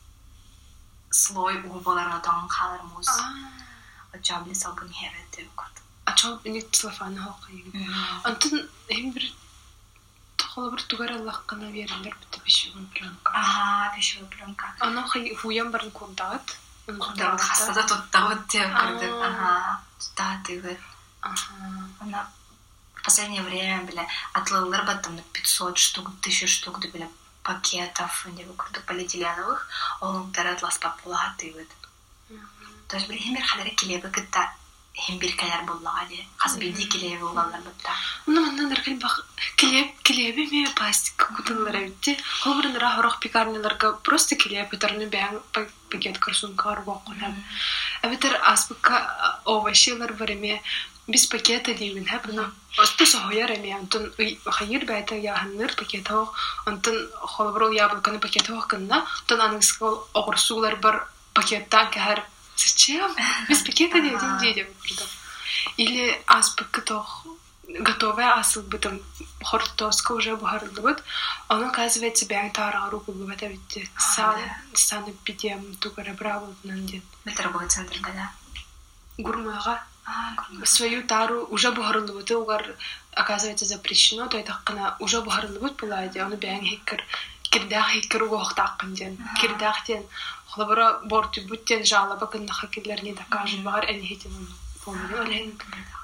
слой убаларга тан халар муз ача биле салгын хевет деп курдук ача инник салфан хокай антын бир тохолбур тугар Аллах кана берилер битишүн пленка бишүн пленка ана хай хуян барын курдат да хастада тоттавыт деп курдук туттатыгы она в последнее время, бля, отлылыр баттым 500 штук, 1000 штук, бля, пакетов, полиэтиленовых, он таратлас популаты, вот. То есть, бля, химер хадары килебы кытта, химбир калар буллагали, хасбиди килебы улалар бытта. Ну, манна наркал бах, килебы ме пластик кутылар авитти, хобрын рахорох пекарниларга просто килебы тарны бян пакет карсункар вакунам. Авитер аспыка овощилар бареме без пакета дивин хабна. Остасы хояр эме антон хайыр бәйте яһанныр пакетов, антон холброл яблоканы пакетов кынна, тон аңскол огырсулар бар пакеттан кәһәр. Зачем? Без пакета дивин дедем курдым. Или аспыка тох готовая асыл бытым хортоска уже бухарлыбыт, оно оказывается бян тара руку бывает авитти саны пидем тугара браво нанден. Это торговый центр, да? Гурмага. Свою тару уже бухарлыбыт, угар оказывается запрещено, то это кана уже бухарлыбыт пулади, оно бян хикер кирдах хикер угохтаккын ден. Кирдах ден хлабара борту буттен жалаба кында хакерлер не докажет бар энхитин помню.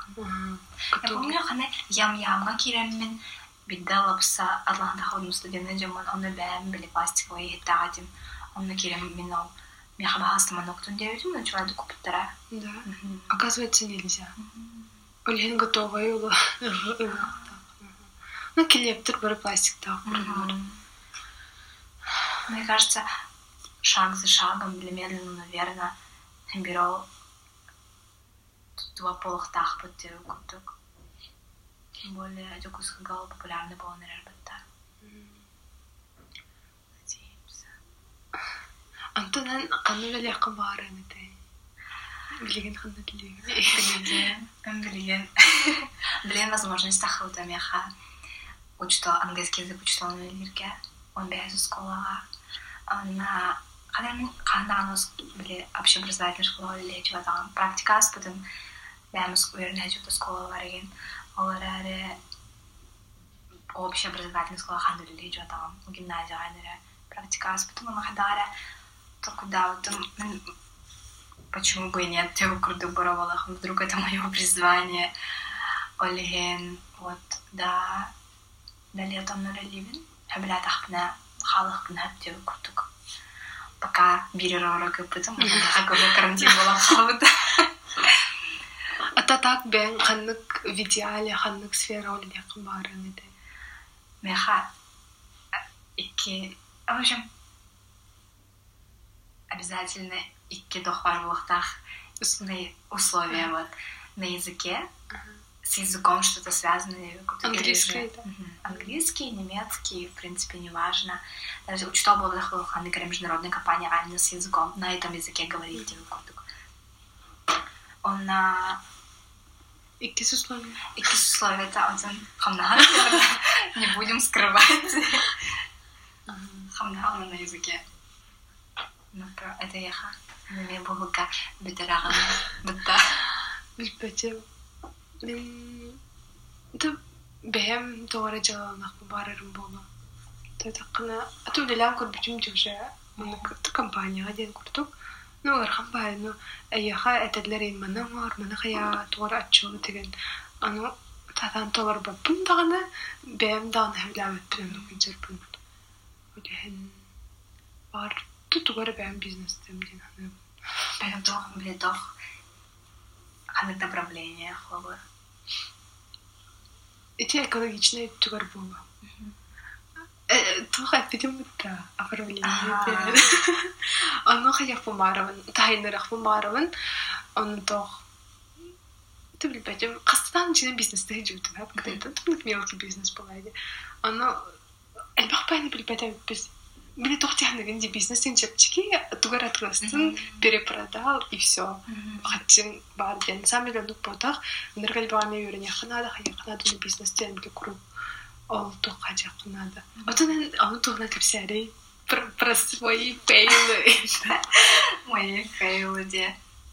Я помню, когда ям-ямга киреммен бидда лапса Атланта ходим студенты жаман оны бәм биле пластиковый хитадим оны киреммен ол меха бахастыма ноктун девятим но чувак купиттара. Да. Оказывается нельзя. Олен готовая ула. Ну килептер бар пластик так. Мне кажется, шаг за шагом или медленно, наверное, беру два полохтах под куток. Тем более, это кусок гал популярный был на работа. Надеемся. Антон, канал легко барен это. Блин, ханна Блин. Блин, возможность тахлота меха. Учту английский язык учту на лирке. Он бежит из школы. Она когда у нас были общеобразовательные школы или чего там практика, потом бәміз өріне жүкті скола бар екен. Олар әрі общеобразовательный школа қанды үлі жүкті ағам. Гимназия ғайныры практика, потом она қадары куда вот почему бы и нет, тего круто боровалах, вдруг это мое призвание. Олеген, вот, да летом на Ливен, обряд ахпна, халах пна, тего круто. Пока биреророк и потом, как уже карантин была холода. Ата так бен ханнык в идеале ханнык сфера олен якын барын иде. Меха, в общем, обязательно икки дохвар влахтах условия вот на языке. С языком что-то связанное. Английский, да. Английский, немецкий, в принципе, неважно. Даже учтоба в международной компании, а именно с языком. На этом языке говорить. Он на... Иккис условия. Иккис условия, это один хамнахар. Не будем скрывать. Хамнахар на языке. Это яха. Мне было как бетераган. Билбетем. Это бэм тоора жаланах барырым болу. Тэтакна атулелам көрбүтүм жуже. Мунукты компанияга ден курдук. Ну архамбай, ну аяха этедлерин манамар, манахая тоора атчылы деген. Аны татан толар баппын даганы бэм даганы хавлабыт билен окуйжырпын. Өдехен бар тутугары бэм бизнестем ден аны. Бэм тох, бледох. Какое направление хлопы? Эти экологичные тугарбула. Туха пидем это оформление. Оно хаяк помарован, тайнерах помарован. Он тох. Ты блядь, кастан чин бизнес ты идёт, да? Когда-то тут мелкий бизнес бывает. Оно элбах пайны блядь, без мне toch тягнет бизнес инчепчики, тугар открылсын, перепродал и все. Хотим барден сами лёнук потах, ныргальбами юренях надо, хаяк надо на бизнес тем для круг. Ол то хаяк надо. Вот он то на капсяре про свои фейлы. Мои фейлы де.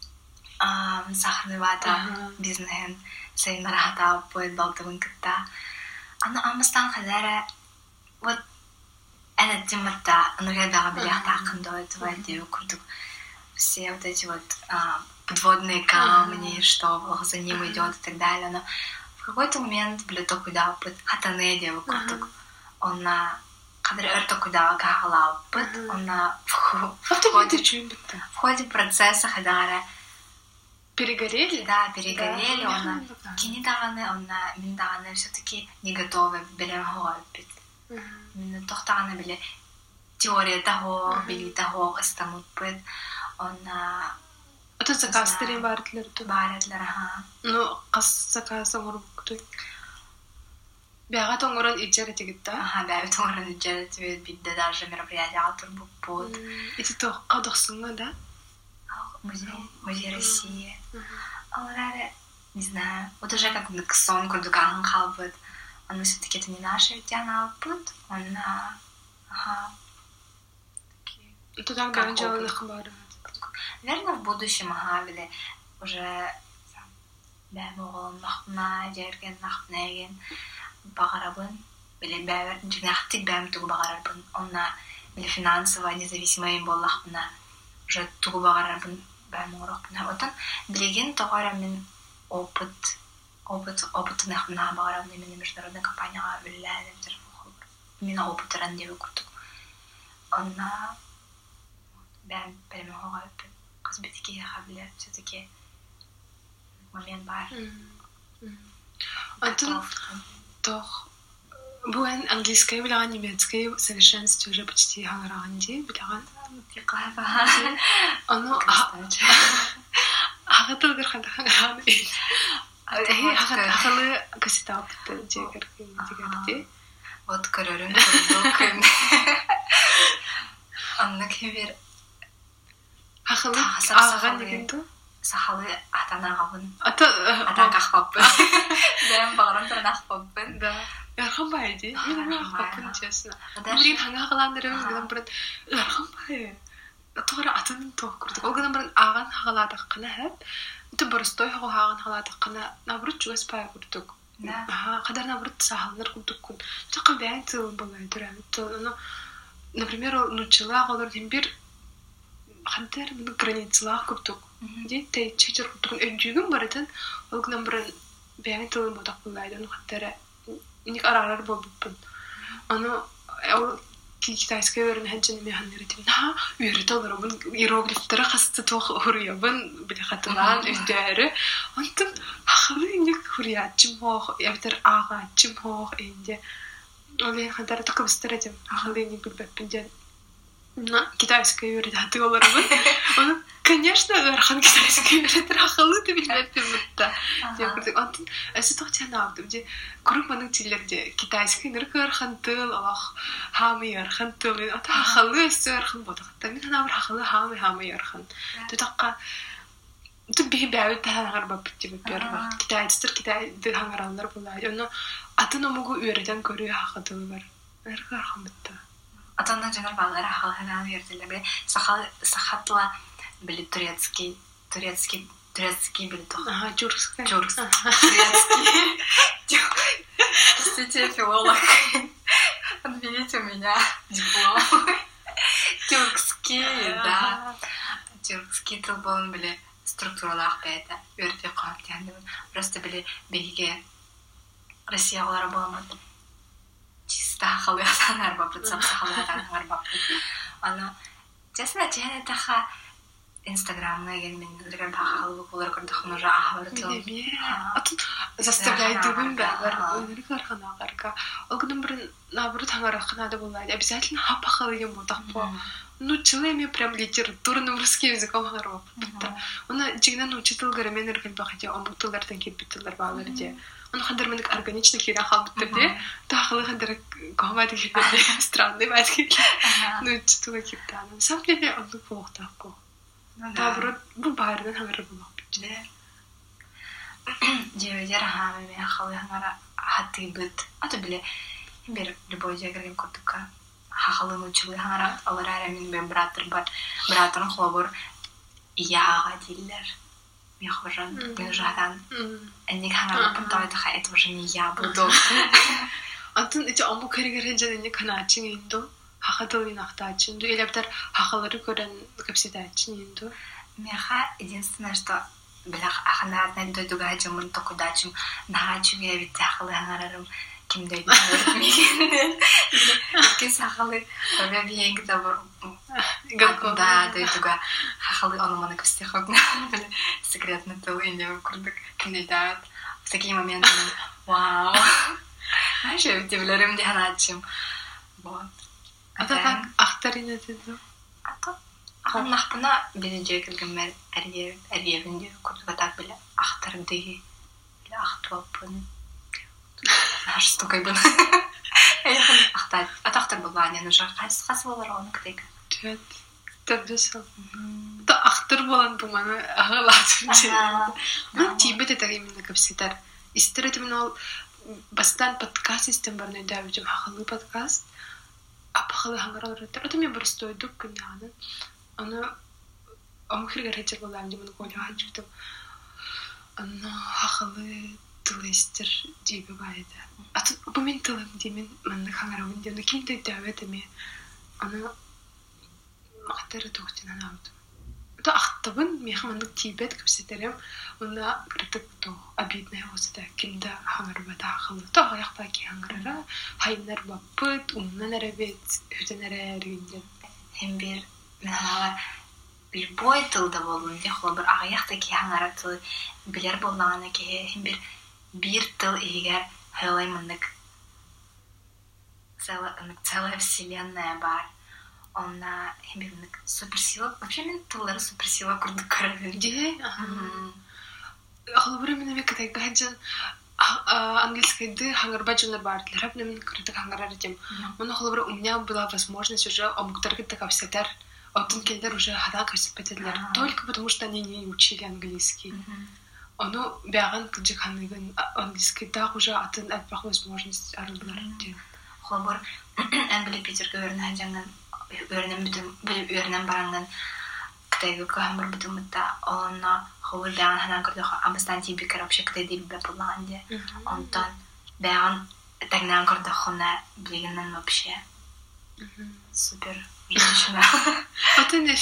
Сахнывата бизнесен сейнарахта поедалтывын кытта. Аны амыстан хадара вот أنا تمتع أنا قاعدة بليح تعقندوا توادي وكردك все вот эти вот подводные камни, что за ним идет и так далее. Но в какой-то момент, блядь, куда пыт, хатанеди выкруток, он на кадре эрто куда гагалал пыт, он на в ходе процесса хадара перегорели? Да, перегорели, он на киниданы, он на минданы все-таки не готовы берем пить. من تختعنا بلي теория того, били того, استموت он أتذكر بارد لرها نو قصة سمر بكتوي بيعاتهم ورن إجارة جدا بيعاتهم ورن إجارة بيد درجة مربيات عطر ببود إنت توقع دخسنا ده музей России لا не знаю вот уже как сон курдукан халбет он все-таки это не наш регионал путь, он это так ганджал хабар. Наверное, в будущем или уже бәмогол нахна жерген нахнеген багарабын или бәвер жинахтик бәм тугу багарабын онна или финансово независимый боллахна уже тугу багарабын бәмогорохна отан билеген тогара мен опыт нахна багарабын именно международная компания влияет именно опыт ранде выкрутук онна бәм бәмогорохна казбетики яхабле все-таки момент бар. Doch, буэн английское билан, немецкое совершенстве уже почти хангаранди билан. Оно хагатал гэрханд хангаранди. Хагатал гаситал жегэрди. Вот көрөрүн көрдүк. Анна кебер хагалы аган дегенду. Сахалы атанагабын. Атагахпаппын. Бәм багырын тырнахпаппын. Да. Ярхамбай ди. Мен ахпаппын честно. Бурин хангагаландырым гынан бирин ярхамбай. Тора атын токурдук. Ол гынан бирин аган хагаладык кына хеп. Ты борстой хагы хаган хагаладык кына набрут чугас пай курдук. Ага, кадар набрут сахалнар курдук. Така бән тыл болгай турам. То, например, нучила голор дембир хантер мен границалах курдук. Ди тей чечер курдук өҗүгүм баратын. Ол гынан бирин бән тыл бодак болгайды. Ну хаттара ник аралар болбуппун. Аны китайская өрүн ханчын механиритим. На, үйрөтөлөр бун иероглифтери касты тох хурыябын, биле хатынан үздөрү. Антын хахыры ник хурыячым хох, ябтер агачым хох энде. Оле хатар такыбыстыратым. Хахыры ник билбеппин ден. китайская юридаты оларбы. Оны, конечно, архан китайская юридаты ахылы да билбеппин бутта. Антын эсэ тохчанабдым же курук маның тиллерде китайский ныркы архан тыл алах хамы архан тыл ата ахылы эсэ архан ботакта. Мен хана бір ахылы хамы архан. Тутакка Тут бихибәү тәһәңәр бапты бер. Китайстыр Китайды хаңаралар булай. Оны атын омугу үрәдән көрү хакыдылы бар. Ныркы архан бутта. Атандан жаңар балалар ахалханан ертелер бе сахатла били турецкий били тох. Ага, турецкий. Простите, филолог. Отберите у меня диплом. Тюркский, да. Тюркский тил болын били структуралах бәйті. Өрте қанып тәндім. Просто били бейге Россия олары боламады. Чисто халыясанар бапыт, сапса халыясанар бапыт. Аны, честно, честно, таха Инстаграмна егенмен дегер таха халыбы колар көрдөхөн уже ахвартыл. Атын заставляйды бүгін бәбір. Өнері қарқана қарқа. Ол күнім бірін набыры таңары қынады болады. Обязательно хапа халыйым болдақ по. Ну, челами прям литературным русским языком харап. Оны жигнен учитыл геромен эрген бахати омбуктулардан кепитилер баларде. Он хандар меник органично кира халбыттыр де. Тахылы хандар гомады кирде. Странный бәтки. Ну, учитыла киптаны. Сам деле он плохтако. Добро, бу бардан хандар булак битде. Деведер хами халы хангара хатты бит. Аты биле бир любой жагерген куртука. Хахалын учылы хаңарат, алар әремін бен братырын хлобор яға дейлер. Мен хожан, мен жадан. Әнек хаңар бұнтауыды ха, это уже не я буду. Антын, эти омбу кәрігерен жәніне каначин енді, хақадылын ақтачин, елептер хақалары көрен көпсетачин енді. Мен ха, единственное, что білақ ақынардан дойдуға жымын тоқудачым, наға чүге бітті ақылы хаңарарым. Kimde görmeyken ki sahalı tabii bir yenge de var da duyduğu halı anlamına gösteriyor böyle sekretne tıl ince kurduk kimde de в такие моменты вау знаешь я удивляюсь где начим вот это как ахтарин это Хан нахпына бенеже келгенмер әревінде курдуга так беле ахтарды беле ахтуапын Жестокой был. Атақтар болған, енді уже қасы болар оны күтейік. Төт, төбдесіл. Да ақтыр болан бұманы ағылатым де. Мен тейбет етер емені көпсетер. Истер етімен ол бастан подкаст істен барны дәуітім хақылы подкаст. Апақылы хаңаралар етер. Оты мен бір стойдық күнде ағынан. Оны омықыргар етер болам демін қолыға жүктім. Оны хақылы тылыстыр дейбі байды. Атын bu men tılım demin manны хаңарауын демді кімді дәуетіме аны мақтары тоқтынан алдым. Это ақтыбын мехмандық тейбет көпсетерім онда кірдік тоқ обидная осы да кімді хаңару бәді ақылы. Тоқ аяқпа ке хаңарара хайынар баппыт, умнан әрәбет, өтен әрәрігінден. Hem bir menalar любой тылда болуын де қолы бір ағаяқта ке хаңара тылы білер болғаны ке hem bir тыл егер Хэлаймындык целая вселенная бар. Она именно суперсила. Вообще мен тыллары суперсила курдук көрөбүн. Де? Халбыр мен эме кытай гаджан английскийды хаңарбаджандар бар. Ларап мен курдук хаңарар дем. Муну халбыр у меня была возможность уже омуктарга такавсетер. Оттон келдер уже хадан касыппетелер. Только потому что они не учили английский. Оно бяган кыжык ханыгын английский так уже атын айтпак возможность арылар дем. Холбор Эмбили Питерге өрнен баранган Кытайга көмөр бутумутта онна холбор бяган ханан көрдөх абыстан тибикер вообще Кытай дип болган де. Онтон бяган тагнан көрдөхүнө билгенен вообще супер женщина. Атын не?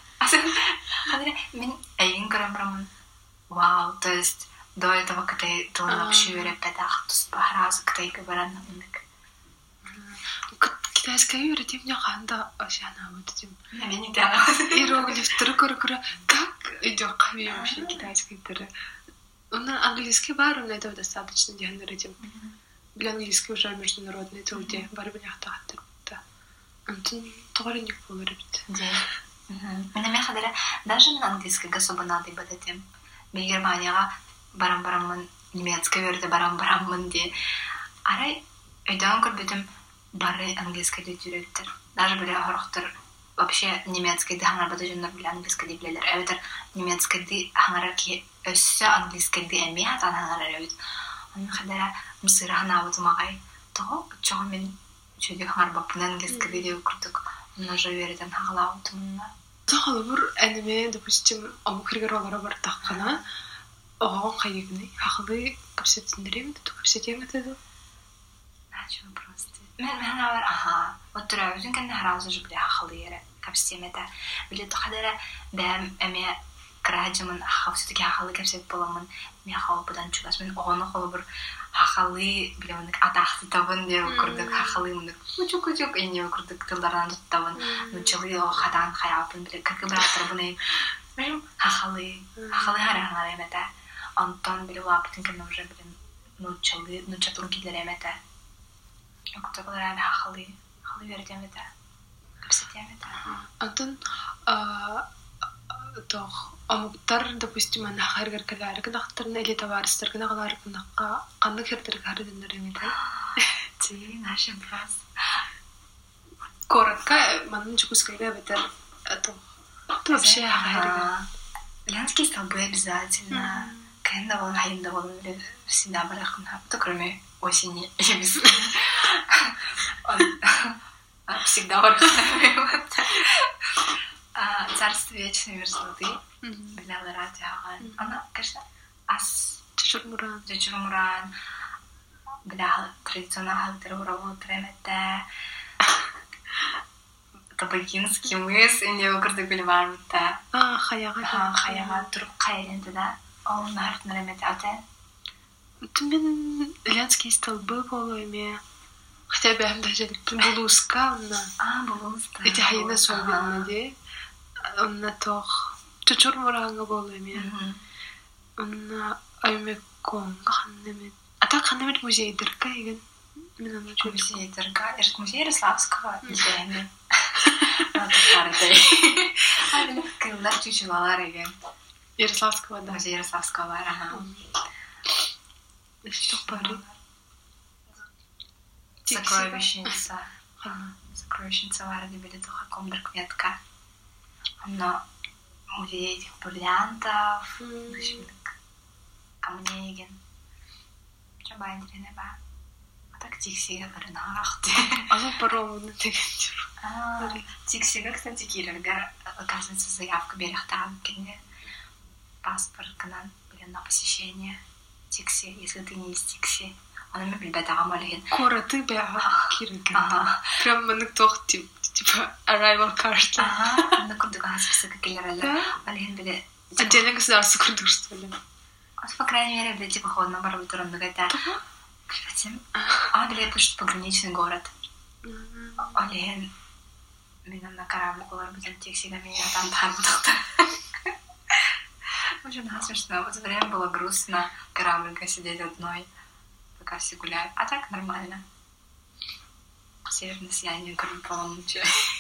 Мен эйин көрөм. Вау, то есть до этого Кытай тыл вообще репетах туспахразы Кытайга бараннак. Китайская юра тем не ханда ашана вот этим. Мен не знаю. Иероглифтер кура как идёт кави вообще китайский тыр. Он английский бар, он этого достаточно дегенератив. Для английского уже международный тыл, где бар бляхтахтер. Антон товарник болырбит. Мен хадара даже мен английскийга особо надый бадатем. Мен Германияга барам-бараммын, немецкий өрдө барам-бараммын де. Арай өйдөн көрбөтүм бары английский де жүрөттөр. Даже биле хорохтор вообще немецкий де хаңар бада жөндөр биле английский де билелер. Эвдер немецкий де хаңар ки өссө английский де эми хатан хаңар эвит. Аны хадара мисыр ханабыты магай. То чого мен чөйдө хаңар бапын английский де көрдүк. Мына жөйөрдөн хагалаутумна. Тохалы бур аниме, допустим, амукригер олара бар таққана. Оған қайығыны, хақылы көпсетіндірем, көпсетен өтеді? Начал просто. Мен авар, аха. Вот тура өзүн кенде харазы же биле хақылы ере көпсетемете. Биле тохадара бәм әме кражымын аха все-таки хақылы көпсет боламын. Мен хақылы бұдан чугас. Мен оғаны қолы бір хақылы биле мындык атақты табын деп көрдік. Хақылы мындык кучук эне көрдік тылдардан туттабын. Нучылы хадан хаябын биле кыркы бираттыр буны. Мен хақылы хараңар эмете. Антон биле лаптын кем уже биле нучатын кидлер эмете. Октоблар хақылы вердемете. Көпсетемете. Антон тох амуктар, допустим, ана харгар калар кадактырны или товарыстар каналар кунакка кандай хертер хардындар эмете. Ти наш вопрос. Коротко, манын чукускайга бетер тох. Вообще харгар. Ленский столбы обязательно. Когда он хайнда он всегда барахна. То кроме осени и весны. Он всегда барахна. Царство вечной мерзлоты. Беляла радиаган. Она, конечно, ас Чучурмуран. Беляла традиционная халтерурова тремете. Табакинский мыс, и не укрыты гульвармата. Хаяга туруп кайренди да. Ол нарт наремете ате. Мен ленский столбы болу эме. Хотя бы я даже булуска, булуска. Эти хайна собирна де. Онна тох Чучурмуранга болу эме. Онна Аймеконга ханнемет. А так ханнемет музейдерка еген. Мен аны чөйдүм. Музейдерка. Это музей Ярославского. Илдеме. Надо партай. Мен кылдар чучулалар еген. Ярославского, да. Музей Ярославского бар, ага. Что пари? Сокровищница. Сокровищница бар де биле туха комдыр кметка. Но музей этих бриллиантов, камней еген. Чаба интересно ба. А так тиксига барынарахты. Ага, паромны деген. Тиксига, кстати, кирерга, оказывается, заявка берехтан кенде. Паспорт канан билен на посещение Тикси, если ты не из Тикси. Он ими билбет агамалеген. Кора, ты бяга кирерга. Прям манык тох типа arrival card. Ага, на курдуган список келерелер. Алеген биле. Отдельное государство курдук, что ли? По крайней мере, биле типа ходно барбитурон догайта. Кстати, биле пишет пограничный город. Алеген меня на корабль колор билен Тиксига меня там тарбудахта. Очень смешно. Вот время было грустно. Кораблька сидеть одной, пока все гуляют. А так нормально. Северное сияние кроме полночи.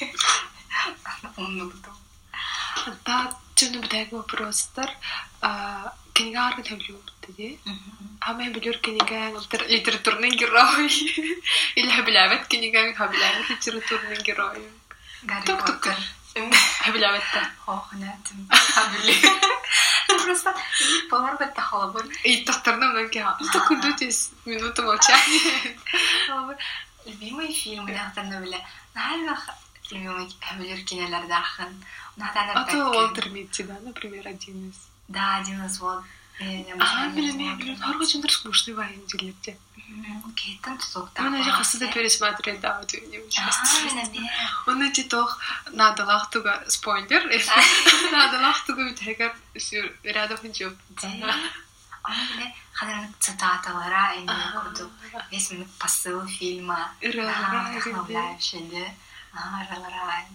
Умно потом. Да, чёрный бутайк вопростар. Книга аргы тавлю бутыди. Хамай билюр книга литературный герой. Или хабилявет книга хабилявет литературный герой. Гарри Поттер. Хабилявет-та. Ох, нятым. Хабилявет. Просто полар бетта халабыр. И тохтарна мынанки. Ну так удутись минуту молчания. Любимый фильм нахтарна биле. Наһалах любимый хабилер кинелер дахын. Нахтарна беккен. А то Уолтер Митти, да, например, один из. Да, один из вот. Блин, очень скучный воин делите. Окей, там тут. Он уже хасыда пересмотреть, да, вот не участвует. Он эти тох надо лахтуга спойлер. Надо лахтуга битэгэр рядом хинчоп. Он биле хадарны цитаталара эне курдук. Весь посыл фильма. Вдохновляющий, да. Раларай.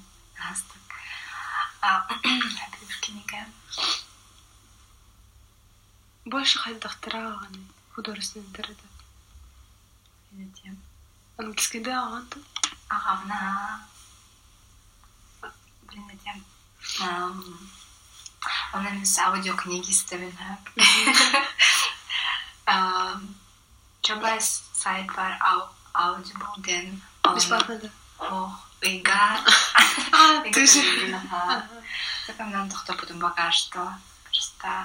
Книга. Больше хайдахтыраганы художественный интернет. Английский да, антон. Агамна. блин, он из аудиокниги ставина. Coba sidebar Audible dan Бесплатно, да. Ига. Ты же. Tapi menonton tuh потом пока что просто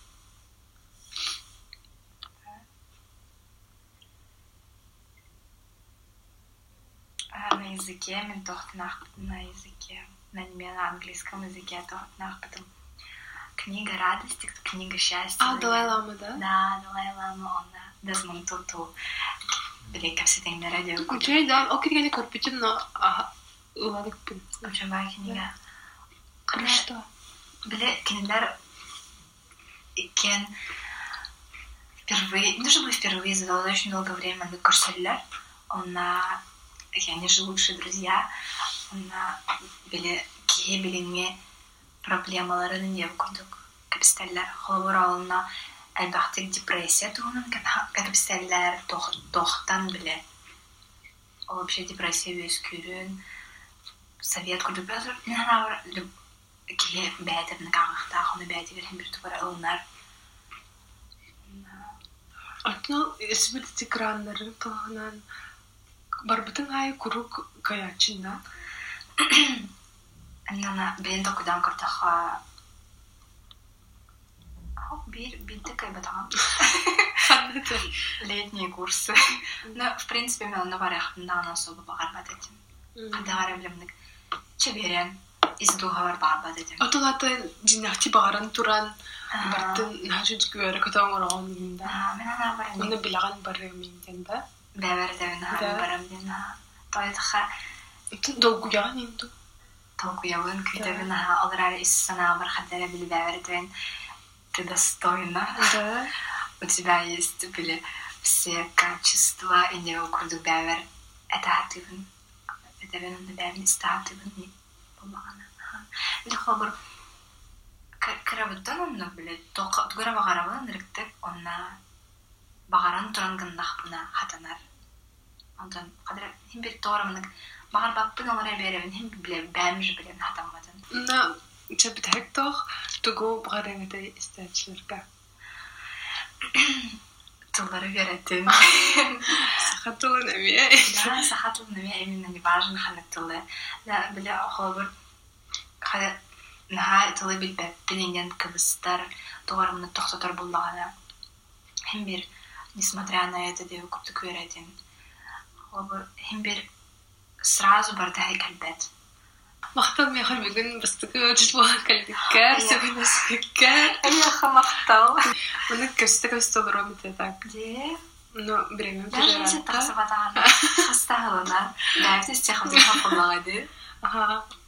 на языке, мен тохтнах на языке, на английском языке тохтнах потом книга радости, книга счастья. Далай Лама, да? Да, Далай Лама, он Дезмонд Туту. Били капситин на радио. Окей, да, окей, я не корпитин, но ладно, Очень важная книга. Что? Били книга кен впервые, не чтобы впервые за очень долгое время на Курселлер, они же лучшие друзья, били кие билинге проблемаларын не вкурдук капсталлар холборалына әлбәттә депрессия туган капсталлар тохтан биле. Ол вообще депрессия өскүрүн совет курдук базар нана кие бәдән гахта ханы бәдән бер тугар алынар. Атна эсбит экраннары тагынан барбытын ай курук каячында. Анна белен токудан кыртаха бинты кайбатаган. Летние курсы. Но, в принципе, мен на варяхтан особо багарбат этим. Кадагара билемник чеберен из договор багарбат этим. Аталата динахти багаран туран бартын нажыч көрө катаңырган миндә. Мен ана барам. Моны билаган бары миндән да. Бәбәрдән барам дина. Тайдха долгуян инту. Толкуявын күтәбен алырары иссана бар хәтләре биле бәбәрдән. Ты достойна. Да. У тебя есть были все качества, и не укурду бәвер. Это активен. Это вен на бәвер стативен не помогана. Или хлопор. Карабыттан онны биле тугара багарабын ректеп онна багаран туран гындах буна хатанар. Ондан кадыр һәм бер торамның багар баппын алара беребен һәм биле бәмж биле хатамадан. На чебтек тох тугу багараңда истәчләргә. Туллары верәтен. Сахатулы нәмия. Да, сахатулы нәмия именно не важно ханатулы. Да, биле хлопор. Хәле наһа тулы бит бәппенен кыбыстар торамны тохтатар буллагана. Һәм бер несмотря на это деву күпте күрәтен. Хлопор һәм бер сразу барда һәйкәлбәт. Мақтал мен хәлбеген бастыгы чуак калдиккар, сөбенескәр. Әйе, мақтал. Моны көстө робите так. Де? Но время Даже не так сабатаган. Хастагына. Да, это стехом хаплагады. Ага.